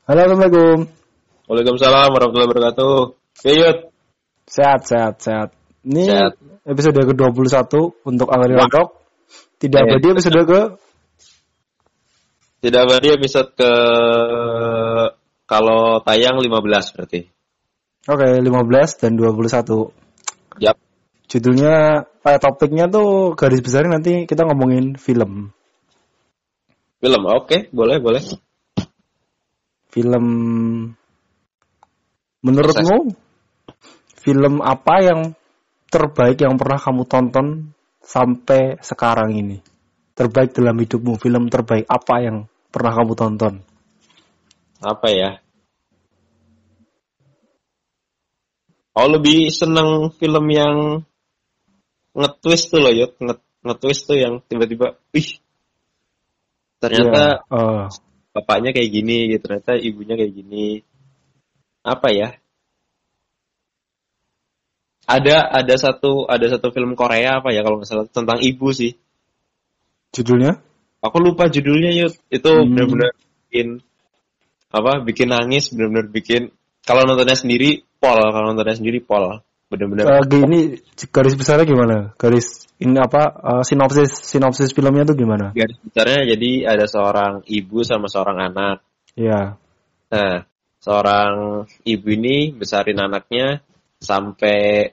Halo, Assalamualaikum. Waalaikumsalam warahmatullahi wabarakatuh. Yud. Sehat. Ini Sehat. episode ke-21 untuk Angkari Wah. Talk. Tidak abadi episode Tidak abadi episode kalau tayang 15 berarti. Oke, 15 dan 21. Yap. Judulnya, topiknya tuh garis besarnya nanti kita ngomongin film. Film, oke, boleh. Film, menurutmu, film apa yang terbaik yang pernah kamu tonton sampai sekarang ini? Terbaik dalam hidupmu, film terbaik apa yang pernah kamu tonton? Apa ya? Oh, lebih seneng film yang nge-twist tuh loh, Yud. Nge-twist tuh yang tiba-tiba, ternyata bapaknya kayak gini gitu, ternyata ibunya kayak gini. Apa ya? Ada satu film Korea apa ya kalau nggak salah tentang ibu sih. Judulnya? Aku lupa judulnya, Yud. Itu benar-benar bikin nangis, benar-benar bikin. Kalau nontonnya sendiri pol. Benar-benar. Gini garis besarnya gimana? Sinopsis filmnya tuh gimana? Garis besarnya jadi ada seorang ibu sama seorang anak. Iya. Nah, seorang ibu ini besarin anaknya sampai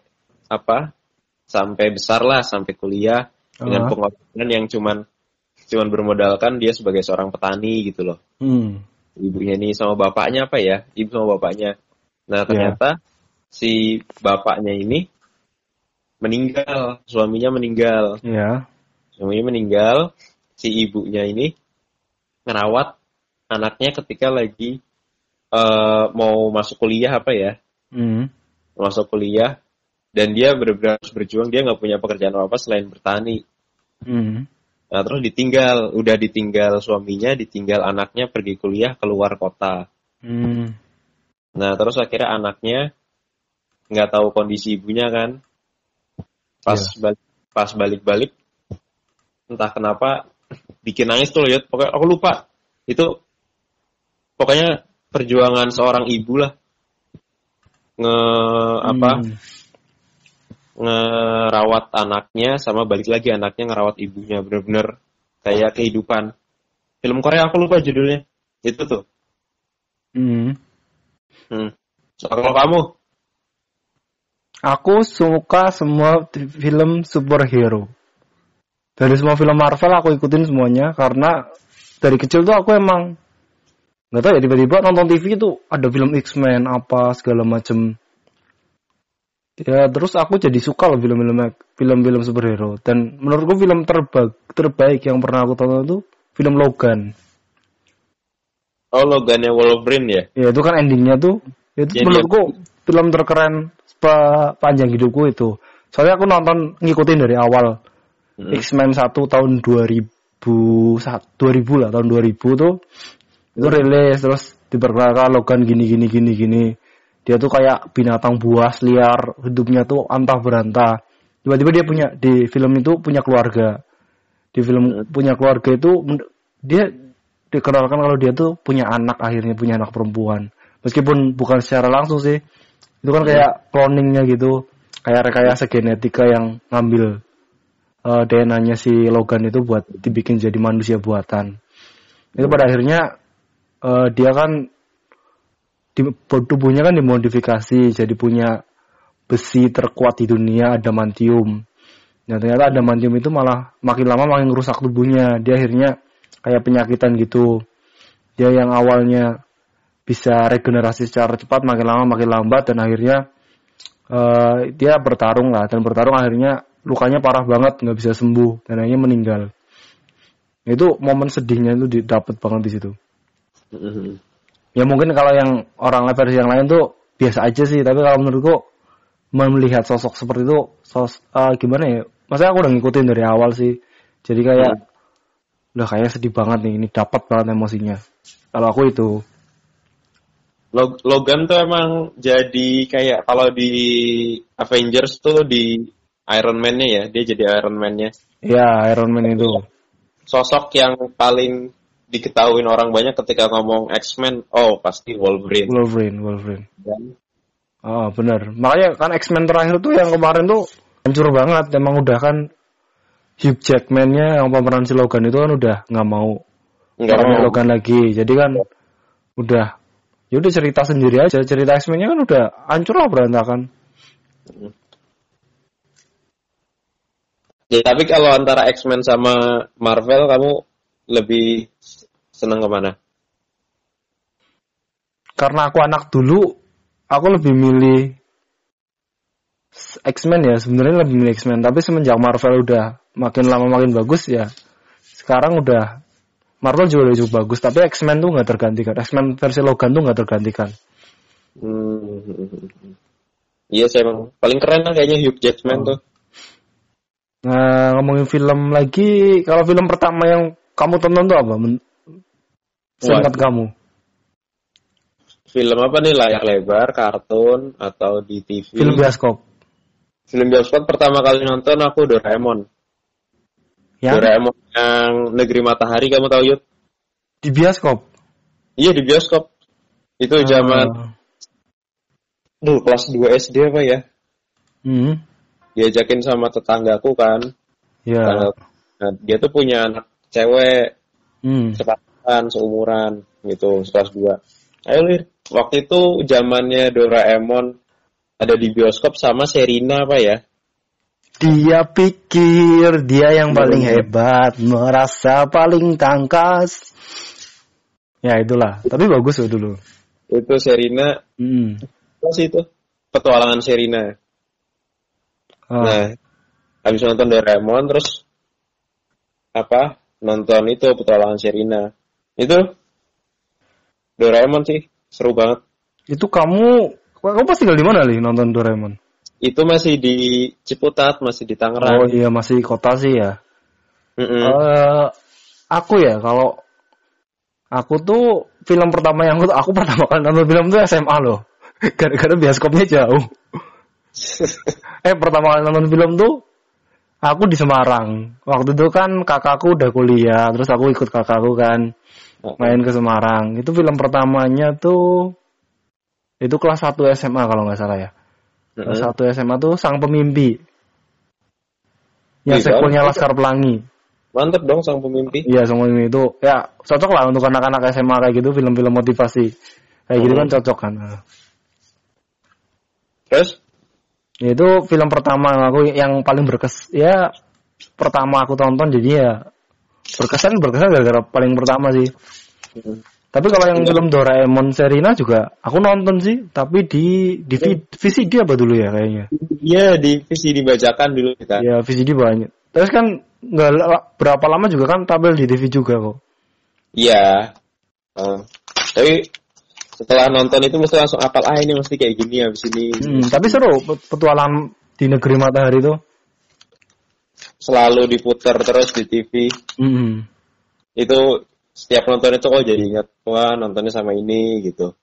besar lah, sampai kuliah dengan pengorbanan yang cuman bermodalkan dia sebagai seorang petani gitu loh. Ibunya ini sama bapaknya ibu sama bapaknya. Nah, ternyata si bapaknya ini meninggal, suaminya meninggal. Iya. Suaminya meninggal, si ibunya ini ngerawat anaknya ketika lagi mau masuk kuliah masuk kuliah, dan dia benar-benar harus berjuang, dia nggak punya pekerjaan apa selain bertani. Nah, terus udah ditinggal suaminya, ditinggal anaknya pergi kuliah keluar kota. Nah, terus akhirnya anaknya nggak tahu kondisi ibunya kan. Pas balik entah kenapa bikin nangis tuh loh, pokoknya aku lupa. Itu pokoknya perjuangan seorang ibu lah. Ngerawat anaknya sama balik lagi anaknya ngerawat ibunya, bener-bener kayak kehidupan. Film Korea aku lupa judulnya. Itu tuh. So, kalau kamu? Aku suka semua film superhero. Dari semua film Marvel aku ikutin semuanya karena dari kecil tuh aku emang nggak tahu ya, tiba-tiba nonton TV itu ada film X-Men apa segala macem. Ya terus aku jadi suka loh film-film superhero, dan menurutku film terbaik yang pernah aku tonton itu film Logan. Oh, Logannya Wolverine ya? Ya itu kan endingnya tuh, itu menurutku film terkeren sepanjang hidupku itu. Soalnya aku nonton ngikutin dari awal. X-Men 1 tahun 2000 lah, tahun 2000 tuh itu rilis, terus diperkenalkan Logan gini. Dia tuh kayak binatang buas liar, hidupnya tuh antah berantah. Tiba-tiba dia di film itu punya keluarga. Di film punya keluarga itu dia dikenalkan kalau dia tuh punya anak, akhirnya punya anak perempuan. Meskipun bukan secara langsung sih. Itu kan kayak cloningnya gitu. Kayak rekayasa genetika yang ngambil DNA-nya si Logan itu buat dibikin jadi manusia buatan. Itu pada akhirnya dia kan tubuhnya kan dimodifikasi jadi punya besi terkuat di dunia, adamantium. Nah, ternyata adamantium itu malah makin lama makin rusak tubuhnya. Dia akhirnya kayak penyakitan gitu. Dia yang awalnya bisa regenerasi secara cepat makin lama makin lambat, dan akhirnya dia bertarung akhirnya lukanya parah banget, nggak bisa sembuh, dan akhirnya meninggal. Itu momen sedihnya itu didapat banget di situ. Ya mungkin kalau yang versi yang lain tuh biasa aja sih, tapi kalau menurutku melihat sosok seperti itu gimana ya? Maksudnya aku udah ngikutin dari awal sih. Jadi kayak udah kayak sedih banget nih, ini dapat banget emosinya. Kalau aku itu Logan tuh emang jadi kayak kalau di Avengers tuh di Iron Man-nya ya, dia jadi Iron Man-nya. Iya, Iron Man itu. Sosok yang paling diketahuin orang banyak ketika ngomong X-Men, oh pasti Wolverine. Dan, oh benar. Makanya kan X-Men terakhir tuh yang kemarin tuh hancur banget. Emang udah kan Hugh Jackman-nya yang pemeran si Logan itu kan udah nggak mau Logan lagi. Jadi kan udah cerita sendiri aja. Cerita X-Men-nya kan udah hancur lah, berantakan. Ya, tapi kalau antara X-Men sama Marvel, kamu lebih seneng kemana? Karena aku anak dulu, aku lebih milih X-Men ya. Sebenarnya lebih milih X-Men. Tapi semenjak Marvel udah makin lama makin bagus ya. Sekarang udah Marvel juga udah cukup bagus. Tapi X-Men tuh nggak tergantikan. X-Men versi Logan tuh nggak tergantikan. Iya sih emang paling keren lah kayaknya Hugh Jackman tuh. Nah, ngomongin film lagi, kalau film pertama yang kamu tonton tuh apa? Seingat kamu? Film apa nih, layar lebar, kartun, atau di TV? Film bioskop. Film bioskop pertama kali nonton aku Doraemon. Ya? Doraemon yang Negeri Matahari, kamu tahu Yud? Di bioskop? Iya di bioskop. Itu zaman kelas 2 SD apa ya? Diajakin sama tetanggaku kan. Iya. Nah, dia tuh punya anak cewek. Seumuran gitu, kelas 2. Ayo Lir, waktu itu zamannya Doraemon ada di bioskop sama Sherina apa ya? Dia pikir dia yang paling hebat, merasa paling tangkas. Ya itulah, tapi bagus loh dulu. Itu Sherina. Apa sih itu? Petualangan Sherina. Nah, habis nonton Doraemon terus nonton itu Petualangan Sherina. Itu Doraemon sih seru banget. Itu kamu pasti tinggal di mana nih nonton Doraemon? Itu masih di Ciputat, masih di Tangerang. Oh iya, masih kota sih ya. Aku ya, kalau aku tuh film pertama yang aku pertama kali nonton film tuh SMA loh. Gara-gara bioskopnya jauh. Pertama kali nonton film tuh aku di Semarang. Waktu itu kan kakakku udah kuliah, terus aku ikut kakakku kan main ke Semarang. Itu film pertamanya tuh itu kelas 1 SMA kalau nggak salah ya. Kelas 1 SMA tuh Sang Pemimpi. Yang sequelnya Laskar Pelangi. Mantep dong Sang Pemimpi. Iya, Sang Pemimpi itu ya cocok lah untuk anak-anak SMA kayak gitu, film-film motivasi. Kayak gitu kan cocok kan. Terus? Itu film pertama aku yang paling pertama aku tonton, jadi ya berkesan gara-gara paling pertama sih. Tapi kalau yang film Doraemon Sherina juga aku nonton sih, tapi di VCD apa dulu ya kayaknya. Iya, di VCD bajakan dulu kita. Iya, VCD banyak. Terus kan nggak berapa lama juga kan tampil di TV juga kok. Iya. Tapi setelah nonton itu mesti langsung apal, ini mesti kayak gini habis ini. Tapi seru Petualangan di Negeri Matahari itu. Selalu diputar terus di TV. Itu setiap nonton itu jadi ingat, wah nontonnya sama ini gitu.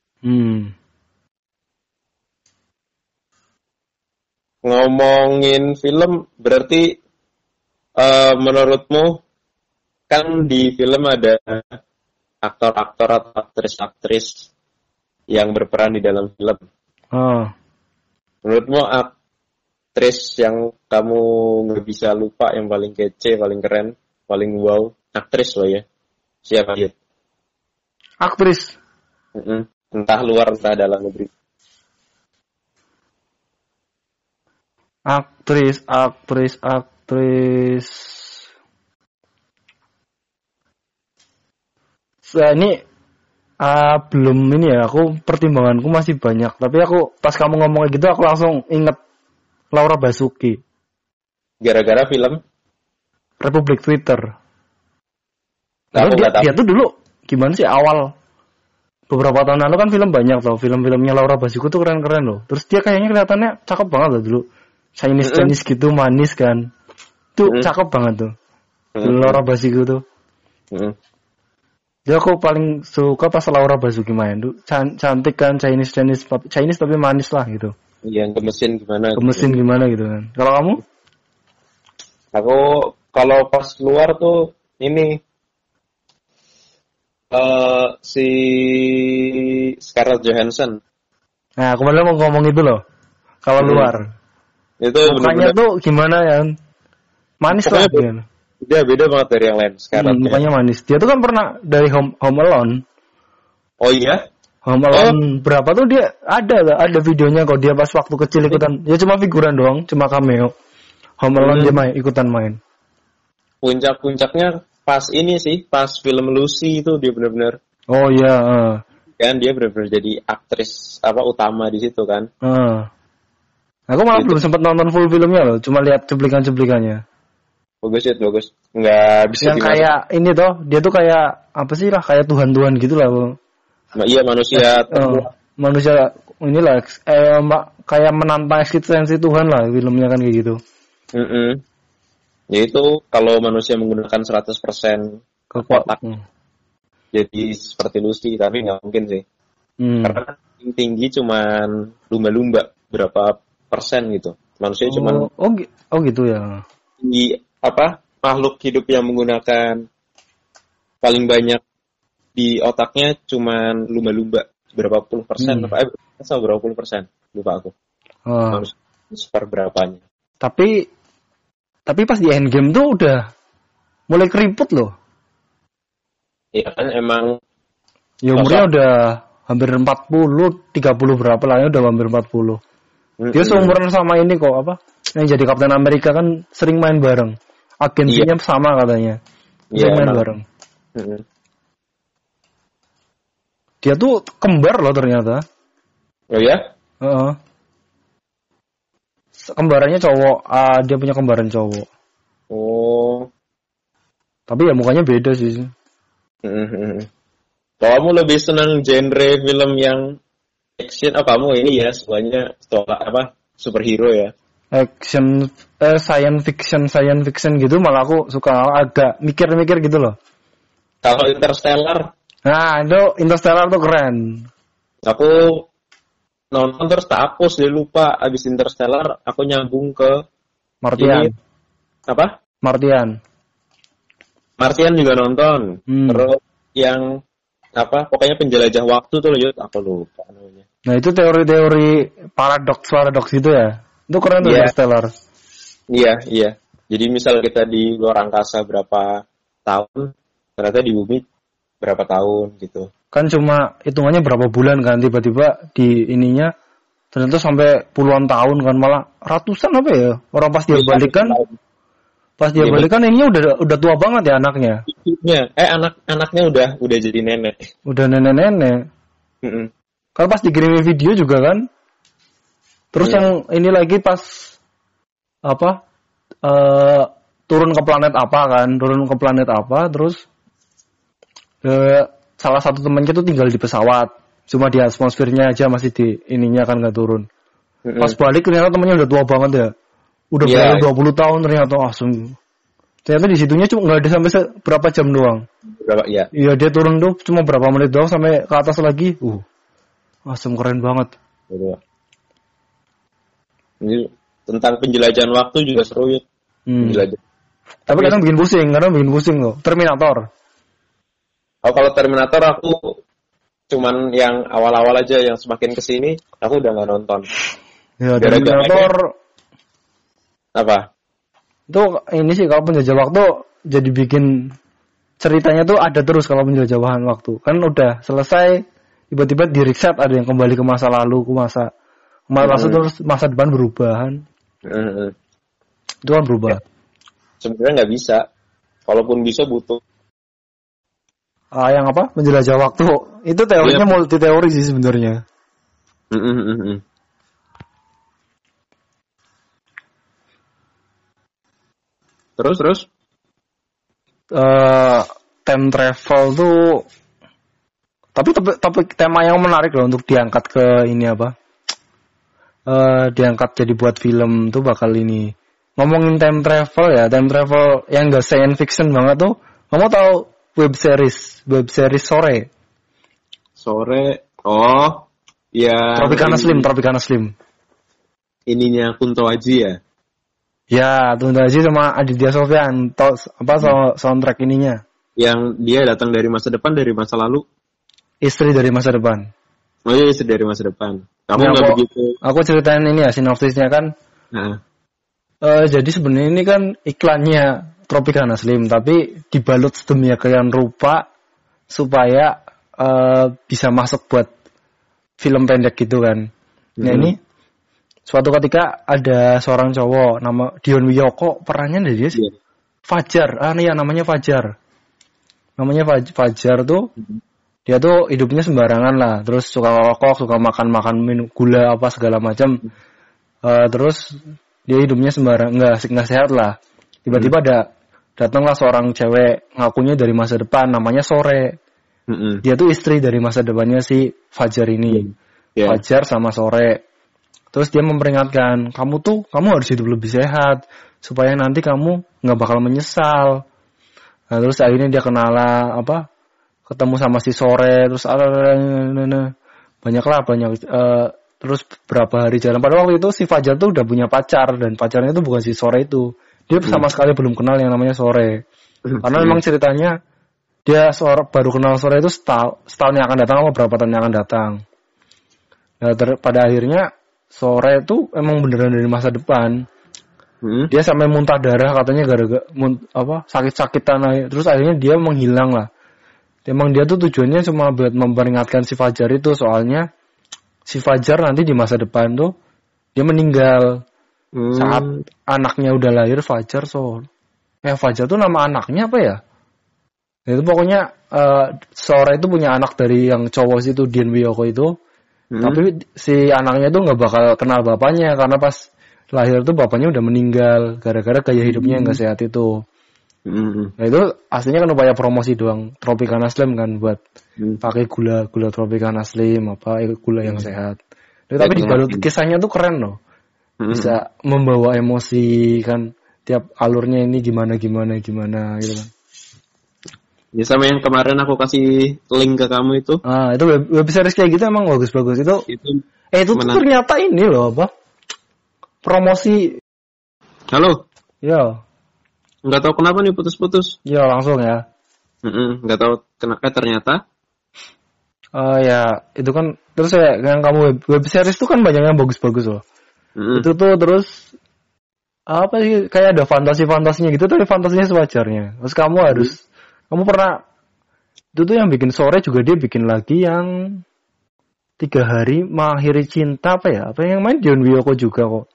Ngomongin film, berarti menurutmu kan di film ada aktor-aktor atau aktris-aktris yang berperan di dalam film. Menurutmu aktris yang kamu nggak bisa lupa, yang paling kece, paling keren, paling wow, aktris loh ya? Siapa ya? Aktris? Entah luar, entah dalam negeri. Aktris. Ini belum ini ya, aku pertimbanganku masih banyak. Tapi aku pas kamu ngomong kayak gitu, aku langsung inget Laura Basuki. Gara-gara film? Republik Twitter. Dia tuh dulu gimana sih awal beberapa tahun lalu kan film banyak loh, film-filmnya Laura Basuki tuh keren-keren loh. Terus dia kayaknya kelihatannya cakep banget loh dulu. Chinese gitu, manis kan. Tuh cakep banget tuh. Laura Basuki tuh. Jadi aku paling suka pas Laura Basuki main tuh. Cantik kan, Chinese tapi manis lah gitu. Iya, gemesin gimana gitu kan. Kalau kamu? Aku kalau pas luar tuh ini Si Scarlett Johansson. Nah, kemarin mau ngomong itu loh. Kalau luar. Itu mukanya bener-bener, tuh gimana ya? Manis lah dia. Dia beda banget dari yang lain Scarlett. Mukanya manis. Dia tuh kan pernah dari Home Alone. Oh iya? Home Alone berapa tuh dia ada videonya kok dia pas waktu kecil ikutan. Ya cuma figuran doang, cuma cameo. Home Alone dia ikutan main. Puncak-puncaknya pas ini sih, pas film Lucy itu dia benar-benar. Oh iya. Kan dia benar-benar jadi aktris utama di situ kan. Aku malah belum sempat nonton full filmnya loh, cuma lihat cuplikan-cuplikannya. Bagus. Nggak bisa yang kayak ini toh, dia tuh kayak apa sih lah, kayak Tuhan gitu lah. Iya manusia. Manusia inilah kayak menantang eksistensi Tuhan lah filmnya kan kayak gitu. Ya itu kalau manusia menggunakan 100% otak jadi seperti Lucy, tapi nggak mungkin sih. Karena tinggi cuman lumba-lumba berapa persen gitu. Manusia cuman gitu ya. Tinggi makhluk hidup yang menggunakan paling banyak di otaknya cuman lumba-lumba berapa puluh persen berapa puluh persen lupa aku. Manusia seperberapanya. Tapi pas di Endgame tuh udah mulai keriput loh. Iya kan emang. Ya umurnya udah hampir 40, 30 berapa lah ya udah hampir 40. Dia seumuran sama ini kok yang jadi Kapten Amerika kan sering main bareng. Agensinya sama katanya. Sering main bareng. Dia tuh kembar loh ternyata. Oh ya? Kembarannya cowok, dia punya kembaran cowok. Oh. Tapi ya mukanya beda sih. Kamu lebih senang genre film yang action? Kamu ini ya sukanya superhero ya? Action, science fiction gitu malah aku suka agak mikir-mikir gitu loh. Kalau Interstellar? Nah itu Interstellar tuh keren. Aku nonton terus tak hapus, dia lupa. Abis Interstellar aku nyambung ke Martian. Martian juga nonton. Terus yang pokoknya penjelajah waktu tuh loh, aku lupa namanya. Nah itu teori-teori paradoks gitu ya. Itu keren tuh Interstellar. Iya. Jadi misal kita di luar angkasa berapa tahun, ternyata di bumi berapa tahun gitu. Kan cuma hitungannya berapa bulan kan, tiba-tiba di ininya ternyata sampai puluhan tahun kan, malah ratusan ya. Orang pas dia balik kan. Pas dia balik kan ininya udah tua banget ya anaknya. Anaknya udah jadi nenek. Udah nenek-nenek. Kalau pas dikirimin video juga kan. Terus yang ini lagi pas turun ke planet apa terus salah satu temannya tuh tinggal di pesawat. Cuma di atmosfernya aja masih di ininya kan nggak turun. Pas balik ternyata temannya udah tua banget ya. Udah berapa 20 tahun ternyata langsung. Ternyata di situnya cuma nggak ada sampai berapa jam doang. Iya dia turun tuh cuma berapa menit doang sampai ke atas lagi. Langsung keren banget. Ini tentang penjelajahan waktu juga seru ya. Tapi kadang bikin pusing loh. Terminator. Kalau Terminator aku cuman yang awal-awal aja, yang semakin kesini aku udah nggak nonton. Ya Terminator. Apa? Itu ini sih kalau penjajah waktu jadi bikin ceritanya tuh ada terus kalau penjajahan waktu. Kan udah selesai tiba-tiba di reset, ada yang kembali ke masa lalu, ke masa terus masa depan berubahan. Itu kan berubah. Sebenarnya nggak bisa. Kalaupun bisa butuh. Yang menjelajah waktu. Itu teorinya multi teori sih sebenarnya. Terus? Time travel tuh. Tapi tema yang menarik loh untuk diangkat ke ini diangkat jadi buat film tuh bakal ini. Ngomongin time travel yang gak science fiction banget tuh. Kamu tahu web series Sore? Oh, ya. Tropicana Slim. Ininya Kunto Aji ya? Ya, Kunto Aji sama Aditya Sofyan. Soundtrack ininya. Yang dia datang dari masa depan, dari masa lalu. Istri dari masa depan. Oh iya, istri dari masa depan. Kamu Ini nggak begitu. Aku ceritain ini ya sinopsisnya kan. Nah. Jadi sebenarnya ini kan iklannya Tropicana Slim, tapi dibalut sedemikian rupa supaya bisa masuk buat film pendek gitu kan. Nah ini suatu ketika ada seorang cowok nama Dion Wiyoko, perannya dari dia sih. Yeah. Fajar, namanya Fajar. Namanya Fajar tuh, dia tuh hidupnya sembarangan lah. Terus suka rokok, suka makan minum gula apa segala macam. Terus dia hidupnya nggak sehat lah. Tiba-tiba datanglah seorang cewek ngakunya dari masa depan, namanya Sore. Dia tuh istri dari masa depannya si Fajar ini. Yeah. Fajar sama Sore. Terus dia memperingatkan, kamu harus hidup lebih sehat supaya nanti kamu nggak bakal menyesal. Nah, terus akhirnya dia ketemu sama si Sore, terus banyak. Terus berapa hari jalan. Pada waktu itu si Fajar tuh udah punya pacar dan pacarnya tuh bukan si Sore itu. Dia sama sekali belum kenal yang namanya Sore. Karena memang ceritanya dia baru kenal Sore itu setahun yang akan datang atau berapa tahun yang akan datang. Nah, pada akhirnya Sore itu emang beneran dari masa depan. Dia sampai muntah darah katanya gara-gara sakit-sakitan. Terus akhirnya dia menghilang lah. Emang dia tuh tujuannya cuma buat memperingatkan si Fajar itu, soalnya si Fajar nanti di masa depan tuh dia meninggal saat anaknya udah lahir. Fajar tuh nama anaknya apa ya? Itu pokoknya Sore itu punya anak dari yang cowok situ Dion Wiyoko itu. Tapi si anaknya tuh nggak bakal kenal bapaknya karena pas lahir tuh bapaknya udah meninggal gara-gara gaya hidupnya yang nggak sehat itu. Nah itu aslinya kan upaya promosi doang Tropicana Slim kan buat pakai gula Tropicana Slim gula yang sehat. Tapi dibalut kisahnya tuh keren loh. Bisa membawa emosi kan, tiap alurnya ini gimana gitu kan. Ya sama yang kemarin aku kasih link ke kamu itu. Itu web series kayak gitu emang bagus-bagus itu. Itu tuh ternyata ini loh promosi. Halo. Ya. Nggak tahu kenapa nih putus-putus. Ya langsung ya. Nggak tahu kenapa ternyata. Ya itu kan terus yang kamu web series tuh kan banyak yang bagus-bagus loh. Itu tuh terus apa sih kayak ada fantasinya gitu, tapi fantasinya sewajarnya. Terus kamu pernah itu tuh yang bikin Sore juga dia bikin lagi yang 3 hari mengakhiri cinta apa yang main Dion Wiyoko juga kok.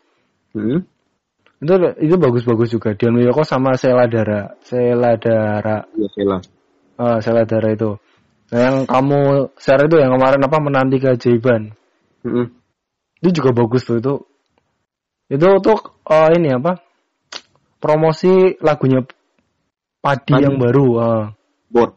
Itu bagus-bagus juga Dion Wiyoko sama Sheila Dara. Ya, Sheila Dara itu. Nah yang kamu share itu yang kemarin Menanti Keajaiban. Itu juga bagus tuh itu tuh ini promosi lagunya Padi yang baru. Bor.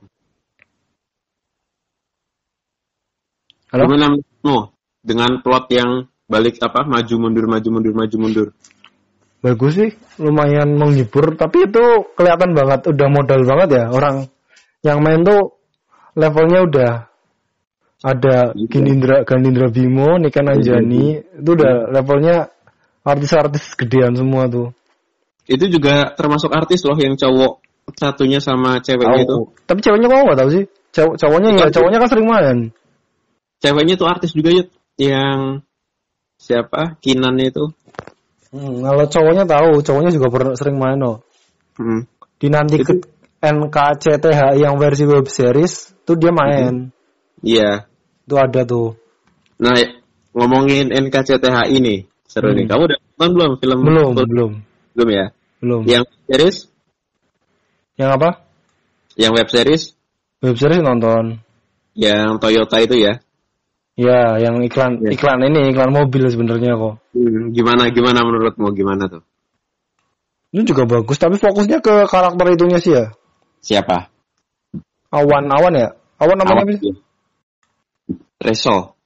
Halo? Gimana dengan plot yang balik maju mundur. Bagus sih, lumayan menghibur, tapi itu kelihatan banget udah modal banget ya orang yang main tuh levelnya udah ada Ganindra Bimo, Niken Anjani, itu udah levelnya artis-artis gedean semua tuh. Itu juga termasuk artis loh yang cowok satunya sama ceweknya itu. Tapi ceweknya kok nggak tahu sih. Cowoknya kan sering main. Ceweknya tuh artis juga yang siapa? Kinan itu. Kalau cowoknya tahu, cowoknya juga sering main loh. Di nanti ke NKCTHI yang versi web series tuh dia main. Iya. Itu ada tuh. Nah, ngomongin NKCTHI nih, seru nih. Kamu udah nonton belum film? Belum ya? Belum. Yang series? Yang apa? Yang web series? Web series nonton. Yang Toyota itu ya? Ya, yang iklan mobil sebenarnya kok. Gimana menurutmu gimana tuh? Ini juga bagus, tapi fokusnya ke karakter itunya sih ya. Siapa? Awan ya? Awan namanya apa sih? Resol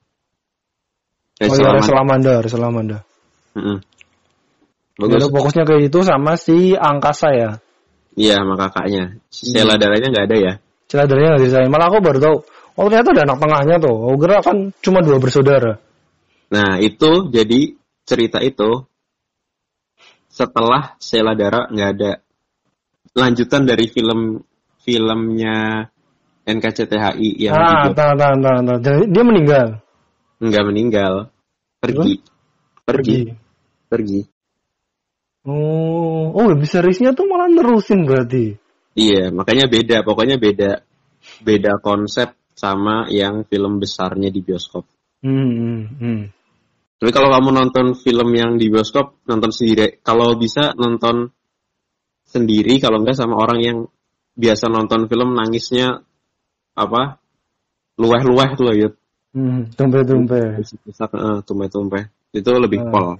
Amanda. Bagus. Jadi fokusnya ke itu sama si Angkasa ya. Iya, sama kakaknya. Sheila Daranya nggak ada ya? Sheila Daranya nggak disayang. Malah aku baru tahu. Oh ternyata ada anak tengahnya tuh. Aku kira kan cuma 2 bersaudara. Nah itu jadi cerita itu setelah Sheila Dara nggak ada lanjutan dari film filmnya NKCTHI yang tahan. Jadi dia meninggal? Enggak meninggal. Pergi. Oh, web seriesnya tuh malah nerusin berarti. Iya, makanya beda. Pokoknya beda konsep sama yang film besarnya di bioskop. Tapi kalau kamu nonton film yang di bioskop, nonton sendiri. Kalau bisa nonton sendiri, kalau enggak sama orang yang biasa nonton film nangisnya luweh-luweh tuh loh, Yud. Tumpe-tumpe. Tumpe-tumpe. Itu lebih pol.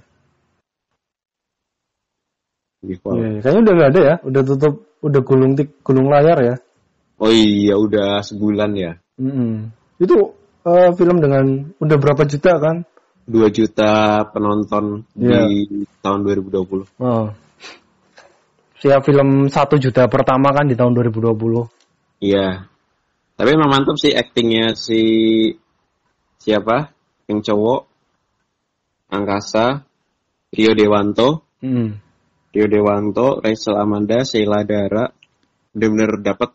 Yeah, kayaknya udah nggak ada ya, udah tutup, udah gulung layar ya. Oh iya, udah sebulan ya. Itu film dengan udah berapa juta kan? 2 juta penonton di tahun 2020. Oh. Siap film 1 juta pertama kan di tahun 2020. Iya. Tapi emang mantap sih aktingnya siapa? Yang cowok Angkasa, Rio Dewanto, Rachel Amanda, Sheila Dara, bener-bener dapat.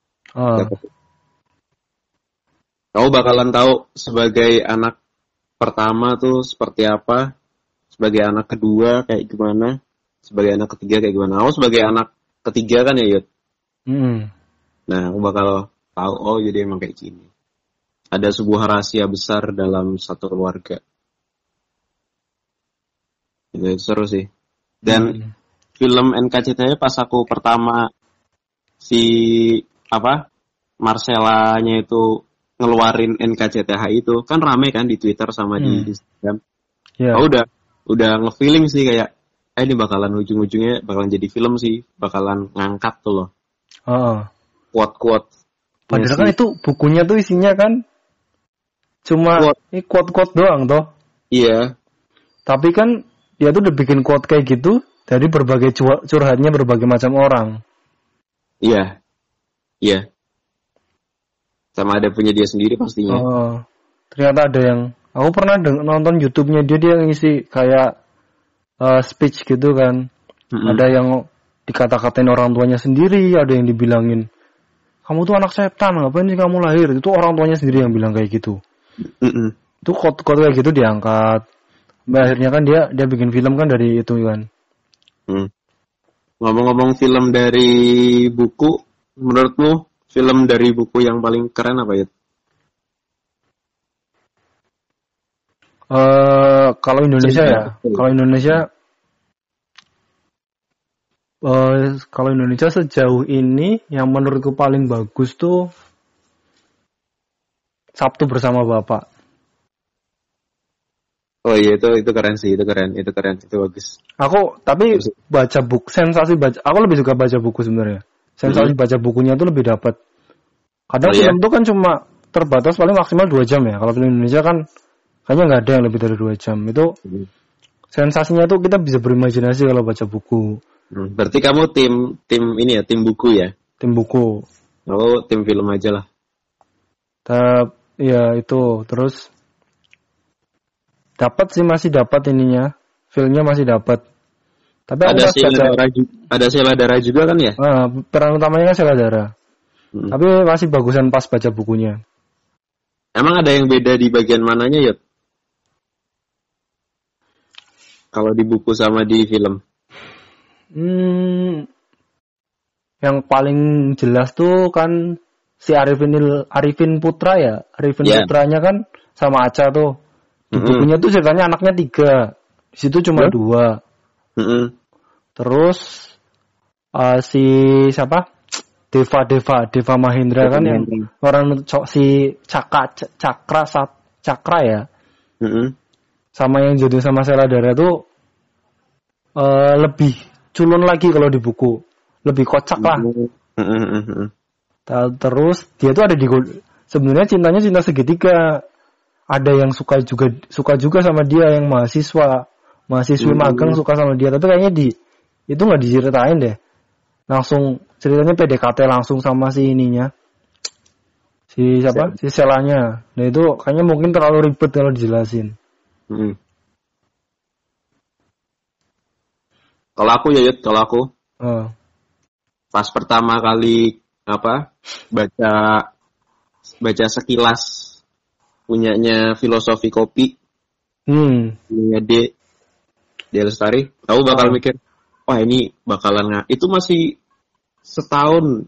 Kamu bakalan tahu sebagai anak pertama tuh seperti apa, sebagai anak kedua kayak gimana, sebagai anak ketiga kayak gimana. Aku sebagai anak ketiga kan ya, Yud. Nah, aku bakal tahu, oh jadi emang kayak gini. Ada sebuah rahasia besar dalam satu keluarga. Itu seru sih. Dan film NKCTHI pas aku pertama Marcellanya itu ngeluarin NKCTHI itu kan rame kan di Twitter sama di Instagram. Yeah. Aku udah nge-feeling sih kayak ini bakalan ujung-ujungnya bakalan jadi film sih, bakalan ngangkat tuh loh. Quote-quote. Padahal kan itu bukunya tuh isinya kan cuma quote-quote doang toh. Iya. Tapi kan dia tuh udah bikin quote kayak gitu dari berbagai curhatnya berbagai macam orang. Iya. Sama ada punya dia sendiri pastinya. Ternyata ada yang aku pernah nonton YouTube-nya dia ngisi kayak speech gitu kan. Ada yang dikata-katain orang tuanya sendiri, ada yang dibilangin kamu tuh anak setan, ngapain sih kamu lahir? Itu orang tuanya sendiri yang bilang kayak gitu. Itu quote kayak gitu diangkat. Akhirnya kan dia bikin film kan dari itu kan. Ngomong-ngomong film dari buku, menurutmu film dari buku yang paling keren apa ya? Kalau Indonesia kalau Indonesia sejauh ini yang menurutku paling bagus tuh Sabtu Bersama Bapak. Oh iya itu keren sih, itu bagus. Aku tapi baca buku, aku lebih suka baca buku sebenarnya. Sensasi baca bukunya tuh lebih dapat. Kadang film tuh kan cuma terbatas paling maksimal 2 jam ya. Kalau film Indonesia kan kayaknya nggak ada yang lebih dari 2 jam. Itu sensasinya tuh kita bisa berimajinasi kalau baca buku. Berarti kamu tim ini ya, tim buku ya? Tim buku. Aku tim film aja lah. Ya itu terus masih dapat ininya, filmnya masih dapat. Tapi ada Sheila Dara juga kan ya? Peran utamanya kan Sheila Dara. Tapi masih bagusan pas baca bukunya. Emang ada yang beda di bagian mananya ya? Kalau di buku sama di film? Yang paling jelas tuh kan si Arifin Putra ya. Putranya kan sama Acha tuh. Di bukunya tuh ceritanya anaknya 3. Di situ cuma 2. Terus si siapa? Deva Mahendra kan yang orang si Cakra ya. Sama yang jadi sama Sheila Dara tuh lebih culun lagi kalau di buku. Lebih kocak lah. Terus dia tuh ada sebenarnya cintanya cinta segitiga. Ada yang suka juga sama dia, yang mahasiswi magang suka sama dia, tapi kayaknya itu nggak diceritain deh. Langsung ceritanya PDKT langsung sama si ininya, si Selanya. Nah itu kayaknya mungkin terlalu ribet kalau dijelasin. Kalau aku pas pertama kali baca sekilas punyanya Filosofi Kopi. Punya D Lestari, tahu bakal mikir, wah ini bakalan itu masih setahun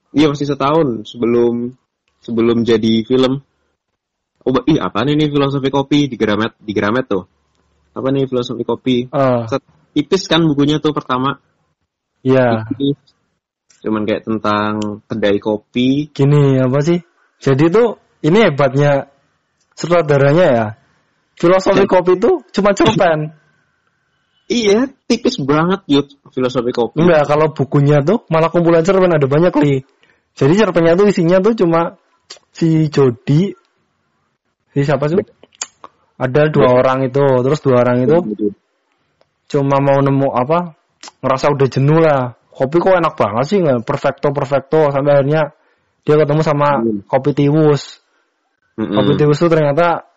sebelum jadi film. Apa nih Filosofi Kopi di Gramet tuh. Apa nih Filosofi Kopi? Tipis kan bukunya tuh pertama. Iya. Yeah. Cuman kayak tentang kedai kopi. Gini apa sih? Jadi tuh ini hebatnya sutradaranya ya. Filosofi Kopi itu cuma cerpen. Iya, tipis banget Yud, Filosofi Kopi. Enggak, kalau bukunya tuh malah kumpulan cerpen ada banyak nih. Jadi cerpennya tuh isinya tuh cuma si Jody, si siapa sih? Ada 2 orang itu, terus 2 orang itu cuma mau nemu ngerasa udah jenuh lah. Kopi kok enak banget sih, nggak perfecto sampai akhirnya dia ketemu sama kopi tiwus. Kopi tiwus tuh ternyata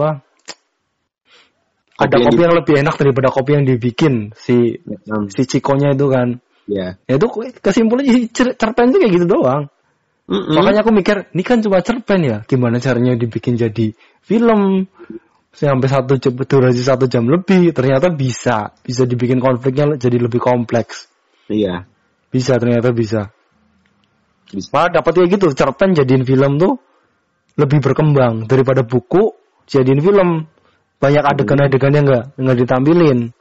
ada kopi yang lebih enak daripada kopi yang dibikin si Cikonya itu kan. Iya. Ya itu kesimpulannya cerpen itu kayak gitu doang. Makanya aku mikir, ini kan cuma cerpen ya, gimana caranya dibikin jadi film sampai durasi 1 jam lebih. Ternyata bisa dibikin konfliknya jadi lebih kompleks. Iya. Ternyata bisa. Malah dapat kayak gitu, cerpen jadiin film tuh lebih berkembang daripada buku jadiin film. Banyak adegan-adegan yang nggak ditampilin.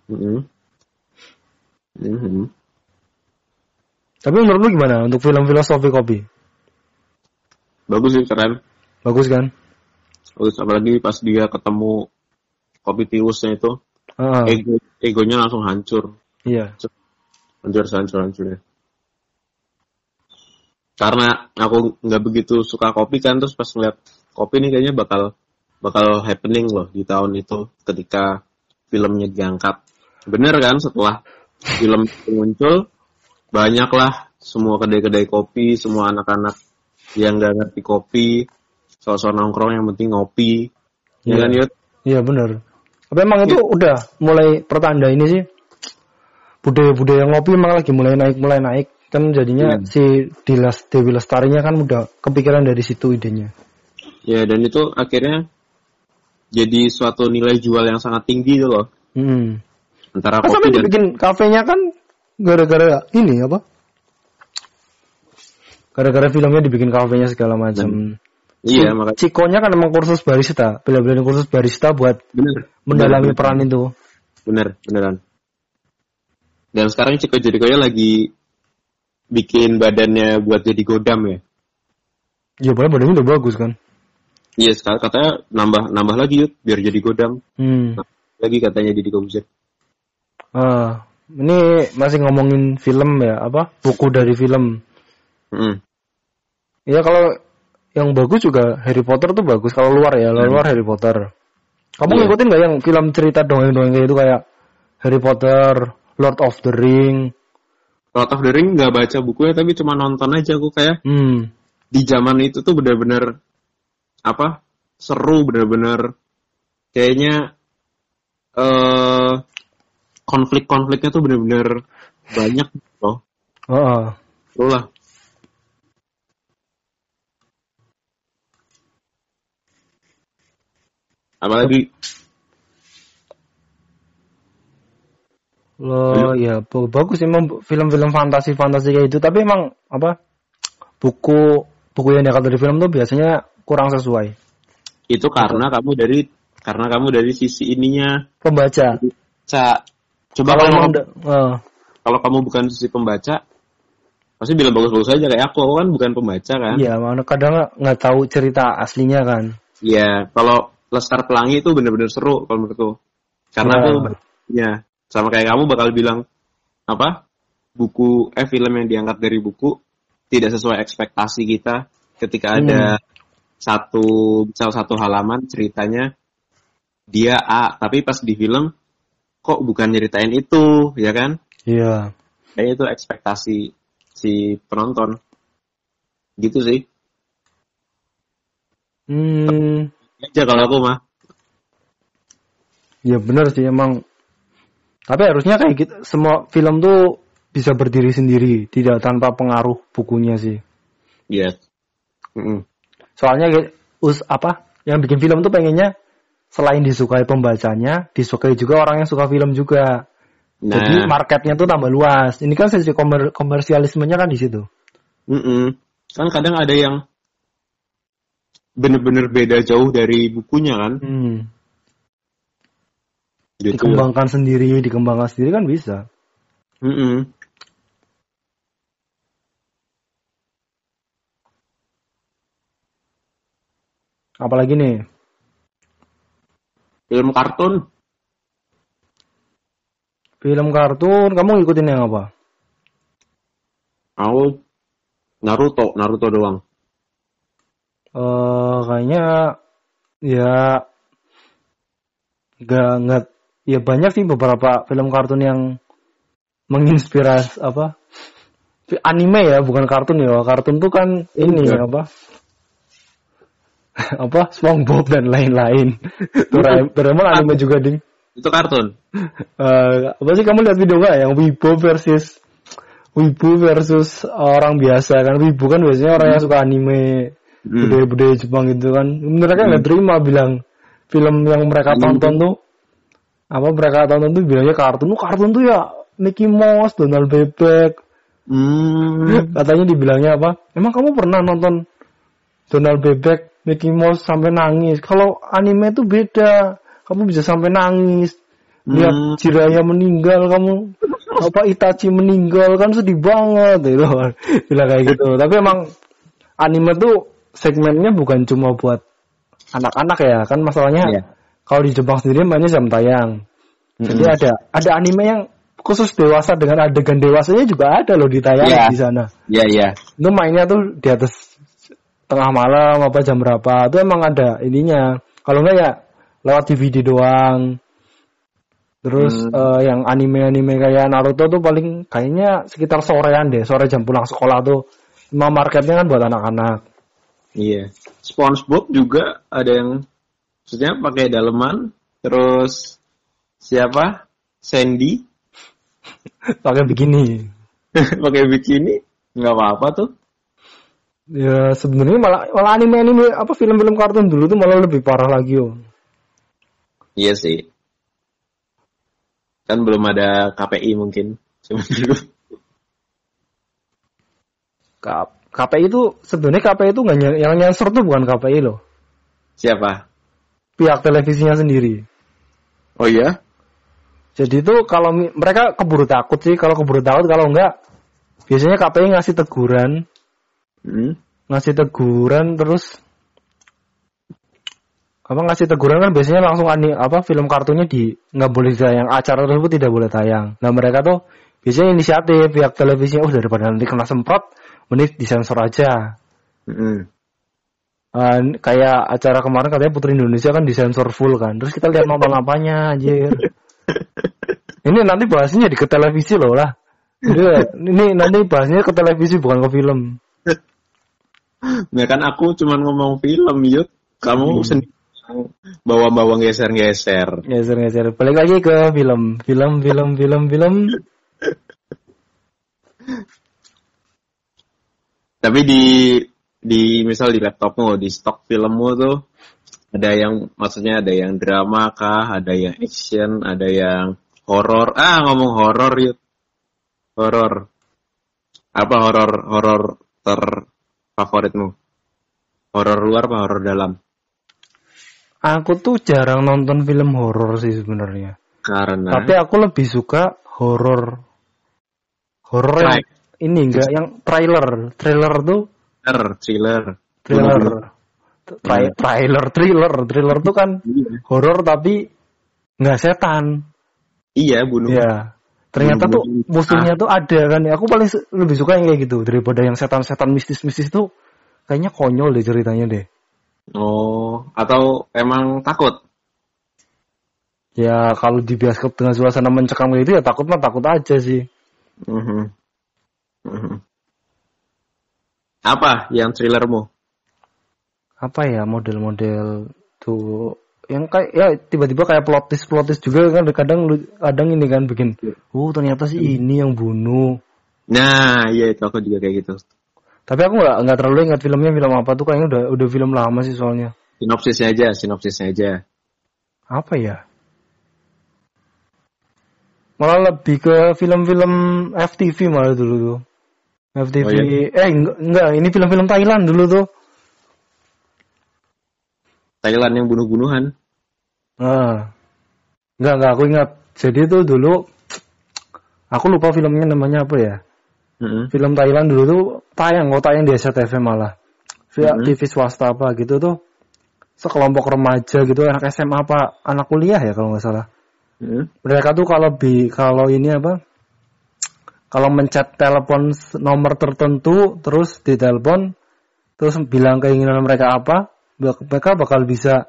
Tapi menurut lu gimana untuk film Filosofi Kopi? Bagus sih, keren. Bagus kan? Bagus, apalagi pas dia ketemu kopi tiwusnya itu, egonya langsung hancur. Iya. Hancur ya. Karena aku nggak begitu suka kopi kan, terus pas ngeliat kopi ini kayaknya bakal happening loh di tahun itu ketika filmnya diangkat. Bener kan, setelah film itu muncul, banyaklah semua kedai-kedai kopi, semua anak-anak yang nggak ngerti kopi, sok-sok nongkrong yang penting ngopi. Ya kan, Yud? Iya bener. Tapi emang itu udah mulai pertanda ini sih. Budaya ngopi emang lagi mulai naik. Kan jadinya si Dewi Lestarinya kan udah kepikiran dari situ idenya. Ya, dan itu akhirnya jadi suatu nilai jual yang sangat tinggi gitu loh. Antara kopi sampai dibikin kafenya kan gara-gara ini apa? Gara-gara filmnya dibikin kafenya segala macam. Iya, makanya Cikonya kan emang kursus barista, bela-belain kursus barista buat mendalami peran itu. Beneran. Dan sekarang Ciko Jerichonya lagi bikin badannya buat jadi godam ya. Iya, badannya udah bagus kan. Iya, sekarang katanya nambah lagi Yud, biar jadi godam. Lagi katanya jadi Kobuzer. Ini masih ngomongin film ya, buku dari film. Ya kalau yang bagus juga Harry Potter tuh bagus. Kalau luar Harry Potter. Kamu ngikutin nggak yang film cerita dongeng-dongeng kayak itu kayak Harry Potter, Lord of the Ring? Lord of the Ring nggak baca bukunya tapi cuma nonton aja aku kayak. Di zaman itu tuh benar-benar seru, benar-benar kayaknya konflik-konfliknya tuh benar-benar banyak loh. Seru lah. Apalagi ya bagus emang film-film fantasi kayak itu, tapi emang buku yang diangkat dari film tuh biasanya kurang sesuai. Itu karena kamu dari sisi ininya pembaca. Coba kalau kamu bukan sisi pembaca, pasti bilang bagus-bagus aja kayak aku kan bukan pembaca kan. Iya, mana kadang nggak tahu cerita aslinya kan. Iya, kalau Laskar Pelangi itu benar-benar seru kalau menurutku. Karena aku sama kayak kamu bakal bilang film yang diangkat dari buku tidak sesuai ekspektasi kita ketika ada satu halaman ceritanya dia A, tapi pas di film kok bukan nyeritain itu, ya kan? Iya. Kayaknya itu ekspektasi si penonton. Gitu sih. Aja kalau aku mah. Ya benar sih emang. Tapi harusnya kayak gitu, semua film tuh bisa berdiri sendiri, tidak tanpa pengaruh bukunya sih. Iya. Soalnya yang bikin film tuh pengennya selain disukai pembacanya, disukai juga orang yang suka film juga. Nah. Jadi marketnya tuh tambah luas. Ini kan sisi komersialismenya kan di situ. Kan kadang ada yang bener-bener beda jauh dari bukunya kan. Gitu. Dikembangkan sendiri kan bisa. Apalagi nih? Film kartun. Film kartun, kamu ngikutin yang apa? Aku Naruto doang. Kayaknya ya nggak ya banyak sih beberapa film kartun yang menginspirasi anime ya, bukan kartun ya. Kartun tuh kan ini SpongeBob dan lain-lain. Doraemon anime juga, Ding. Itu kartun. Apa sih kamu lihat video nggak yang Wibu versus orang biasa kan? Wibu kan biasanya orang yang suka anime, budaya-budaya Jepang gitu kan. Mereka nggak terima bilang film yang mereka tonton tuh bilangnya kartun tuh ya Mickey Mouse, Donald Bebek. Katanya dibilangnya apa? Emang kamu pernah nonton Donald Bebek, Mickey Mouse sampai nangis? Kalau anime itu beda. Kamu bisa sampai nangis. Lihat Jiraiya meninggal, kamu Itachi meninggal kan sedih banget gitu. Bilang kayak gitu. Tapi emang anime tuh segmennya bukan cuma buat anak-anak ya, kan masalahnya kalau di Jepang sendiri mainnya jam tayang. Jadi ada anime yang khusus dewasa dengan adegan dewasanya juga ada loh ditayang di sana. Iya. Itu mainnya tuh di atas tengah malam jam berapa. Itu emang ada ininya. Kalau enggak ya lewat DVD doang. Terus yang anime-anime kayak Naruto tuh paling kayaknya sekitar sorean deh. Sore jam pulang sekolah tuh. Emang marketnya kan buat anak-anak. Iya. SpongeBob juga ada yang maksudnya pakai daleman. Terus siapa? Sandy. Pakai bikini. Pakai bikini. Nggak apa-apa tuh. Ya sebenarnya malah anime film-film kartun dulu tuh malah lebih parah lagi yo. Iya sih. Kan belum ada KPI mungkin. Cuma dulu. KPI itu sebenarnya KPI itu nggak yang nyensor tuh bukan KPI loh. Siapa? Pihak televisinya sendiri. Oh iya? Jadi itu kalau mereka keburu takut sih. Kalau enggak biasanya KPI ngasih teguran. Ngasih teguran terus ngasih teguran kan biasanya langsung film kartunnya nggak boleh tayang, acara tersebut tidak boleh tayang. Nah mereka tuh biasanya inisiatif pihak televisinya daripada nanti kena semprot mending disensor aja. Kayak acara kemarin katanya Putri Indonesia kan disensor full kan, terus kita lihat nonton apanya anjir. Ini nanti bahasnya ke televisi loh lah. Ini nanti bahasnya ke televisi bukan ke film. Ya kan aku cuma ngomong film Yud, kamu sendiri bawa geser-geser. Balik lagi ke film. Tapi di misal di laptopmu, di stok filmmu tuh ada yang maksudnya ada yang drama kah, ada yang action, ada yang horor. Ngomong horor Yud. Horor. Apa horor terfavoritmu? Horor luar apa horor dalam? Aku tuh jarang nonton film horor sih sebenarnya. Karena. Tapi aku lebih suka horor yang ini enggak yang trailer tuh. Thriller. Thriller tuh kan horor tapi nggak setan. Iya bunuh. Ya. Ternyata tuh musuhnya tuh ada kan. Aku paling lebih suka yang kayak gitu daripada yang setan-setan mistis-mistis tuh. Kayaknya konyol deh ceritanya deh. Oh, atau emang takut? Ya kalau di bioskop dengan suasana mencekam kayak gitu ya takut aja sih. Apa yang thrillermu? Apa ya model-model tuh yang kayak ya tiba-tiba kayak plot twist juga kan kadang ini kan bikin ternyata sih ini yang bunuh. Nah, iya itu aku juga kayak gitu. Tapi aku nggak terlalu ingat film apa tuh, kayaknya udah film lama sih soalnya. Sinopsisnya aja. Apa ya? Malah lebih ke film-film FTV malah dulu tuh. FTV. Oh, iya? Enggak, ini film-film Thailand dulu tuh. Thailand yang bunuh-bunuhan. Enggak, aku ingat. Jadi tuh dulu aku lupa filmnya namanya apa ya. Film Thailand dulu tuh tayang di SCTV malah. Via TV swasta apa gitu tuh. Sekelompok remaja gitu, anak SMA apa anak kuliah ya kalau nggak salah. Mereka tuh kalau ini apa? Kalau mencet telepon nomor tertentu terus ditelepon terus bilang keinginan mereka apa, mereka bakal bisa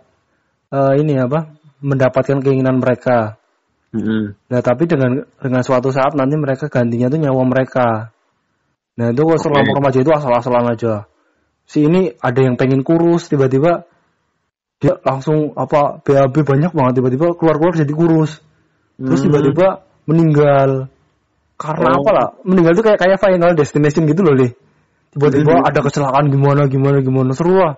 mendapatkan keinginan mereka. Nah, tapi dengan suatu saat nanti mereka gantinya tuh nyawa mereka. Nah, itu sekelompok remaja itu asal-asalan aja. Si ini ada yang pengen kurus, tiba-tiba dia langsung BAB banyak banget, tiba-tiba keluar jadi kurus. Terus tiba-tiba meninggal. Karena apalah? Meninggal tuh kayak Final Destination gitu loh, deh. Tiba-tiba ada kecelakaan gimana seru lah.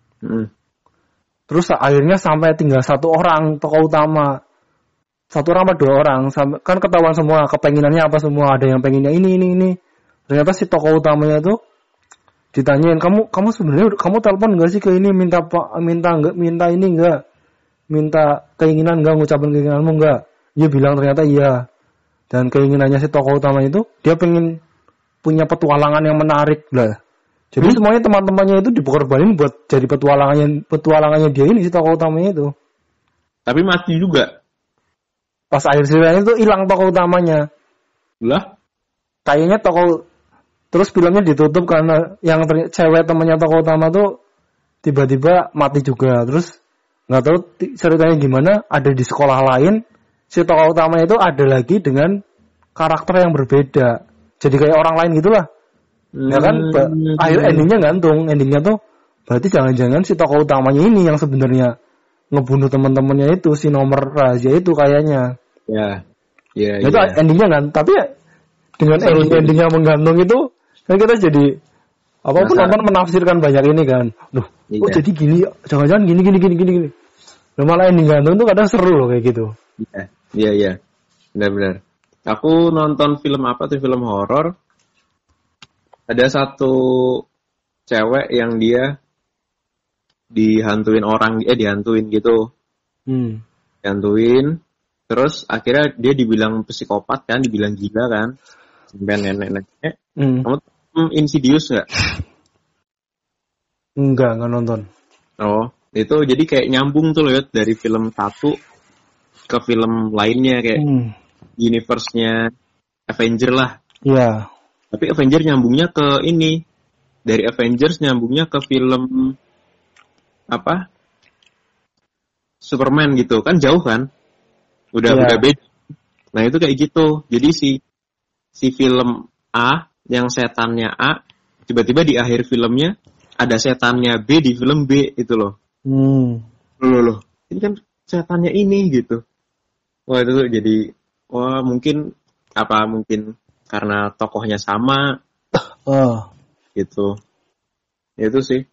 Terus akhirnya sampai tinggal satu orang tokoh utama. Satu orang apa dua orang, kan ketahuan semua kepenginannya apa semua, ada yang pengennya ini. Ternyata si tokoh utamanya tuh ditanyain, kamu sebenarnya kamu telepon enggak sih ke ini minta ini enggak? Minta keinginan enggak, ngucapin keinginanmu enggak? Dia bilang ternyata iya. Dan keinginannya si tokoh utama itu dia pengen punya petualangan yang menarik lah. Jadi semuanya teman-temannya itu dikorbanin buat jadi petualangannya dia ini si tokoh utamanya itu. Tapi mati juga. Pas akhir ceritanya itu hilang tokoh utamanya. Lah? Kayaknya terus filmnya ditutup karena yang cewek temannya tokoh utama tuh tiba-tiba mati juga. Terus nggak tahu ceritanya gimana, ada di sekolah lain si tokoh utama itu ada lagi dengan karakter yang berbeda. Jadi kayak orang lain gitulah. Ya kan akhir endingnya tuh berarti jangan-jangan si tokoh utamanya ini yang sebenarnya ngebunuh teman-temannya itu, si nomor rahasia itu kayaknya. Ya. Itu endingnya kan, tapi dengan endingnya menggantung itu kan kita jadi penonton menafsirkan banyak ini kan. Jadi gini, jangan-jangan gini. Nah, malah ending gantung tuh kadang seru loh kayak gitu. Iya. Benar-benar. Aku nonton film film horor. Ada satu cewek yang dia dihantuin gitu. Dihantuin. Terus akhirnya dia dibilang psikopat kan, dibilang gila kan. Sampai nenek-neneknya. Kamu Insidious nggak? Enggak nonton. Oh, itu jadi kayak nyambung tuh loh ya, dari film satu ke film lainnya kayak universe-nya Avenger lah. Iya. Tapi Avenger nyambungnya ke ini. Dari Avengers nyambungnya ke film Superman gitu. Kan jauh kan? Udah beda. Nah, itu kayak gitu. Jadi si film A yang setannya A, tiba-tiba di akhir filmnya ada setannya B di film B itu loh. Loh. Ini kan setannya ini gitu. Wah, itu tuh jadi mungkin karena tokohnya sama. Gitu. Itu sih.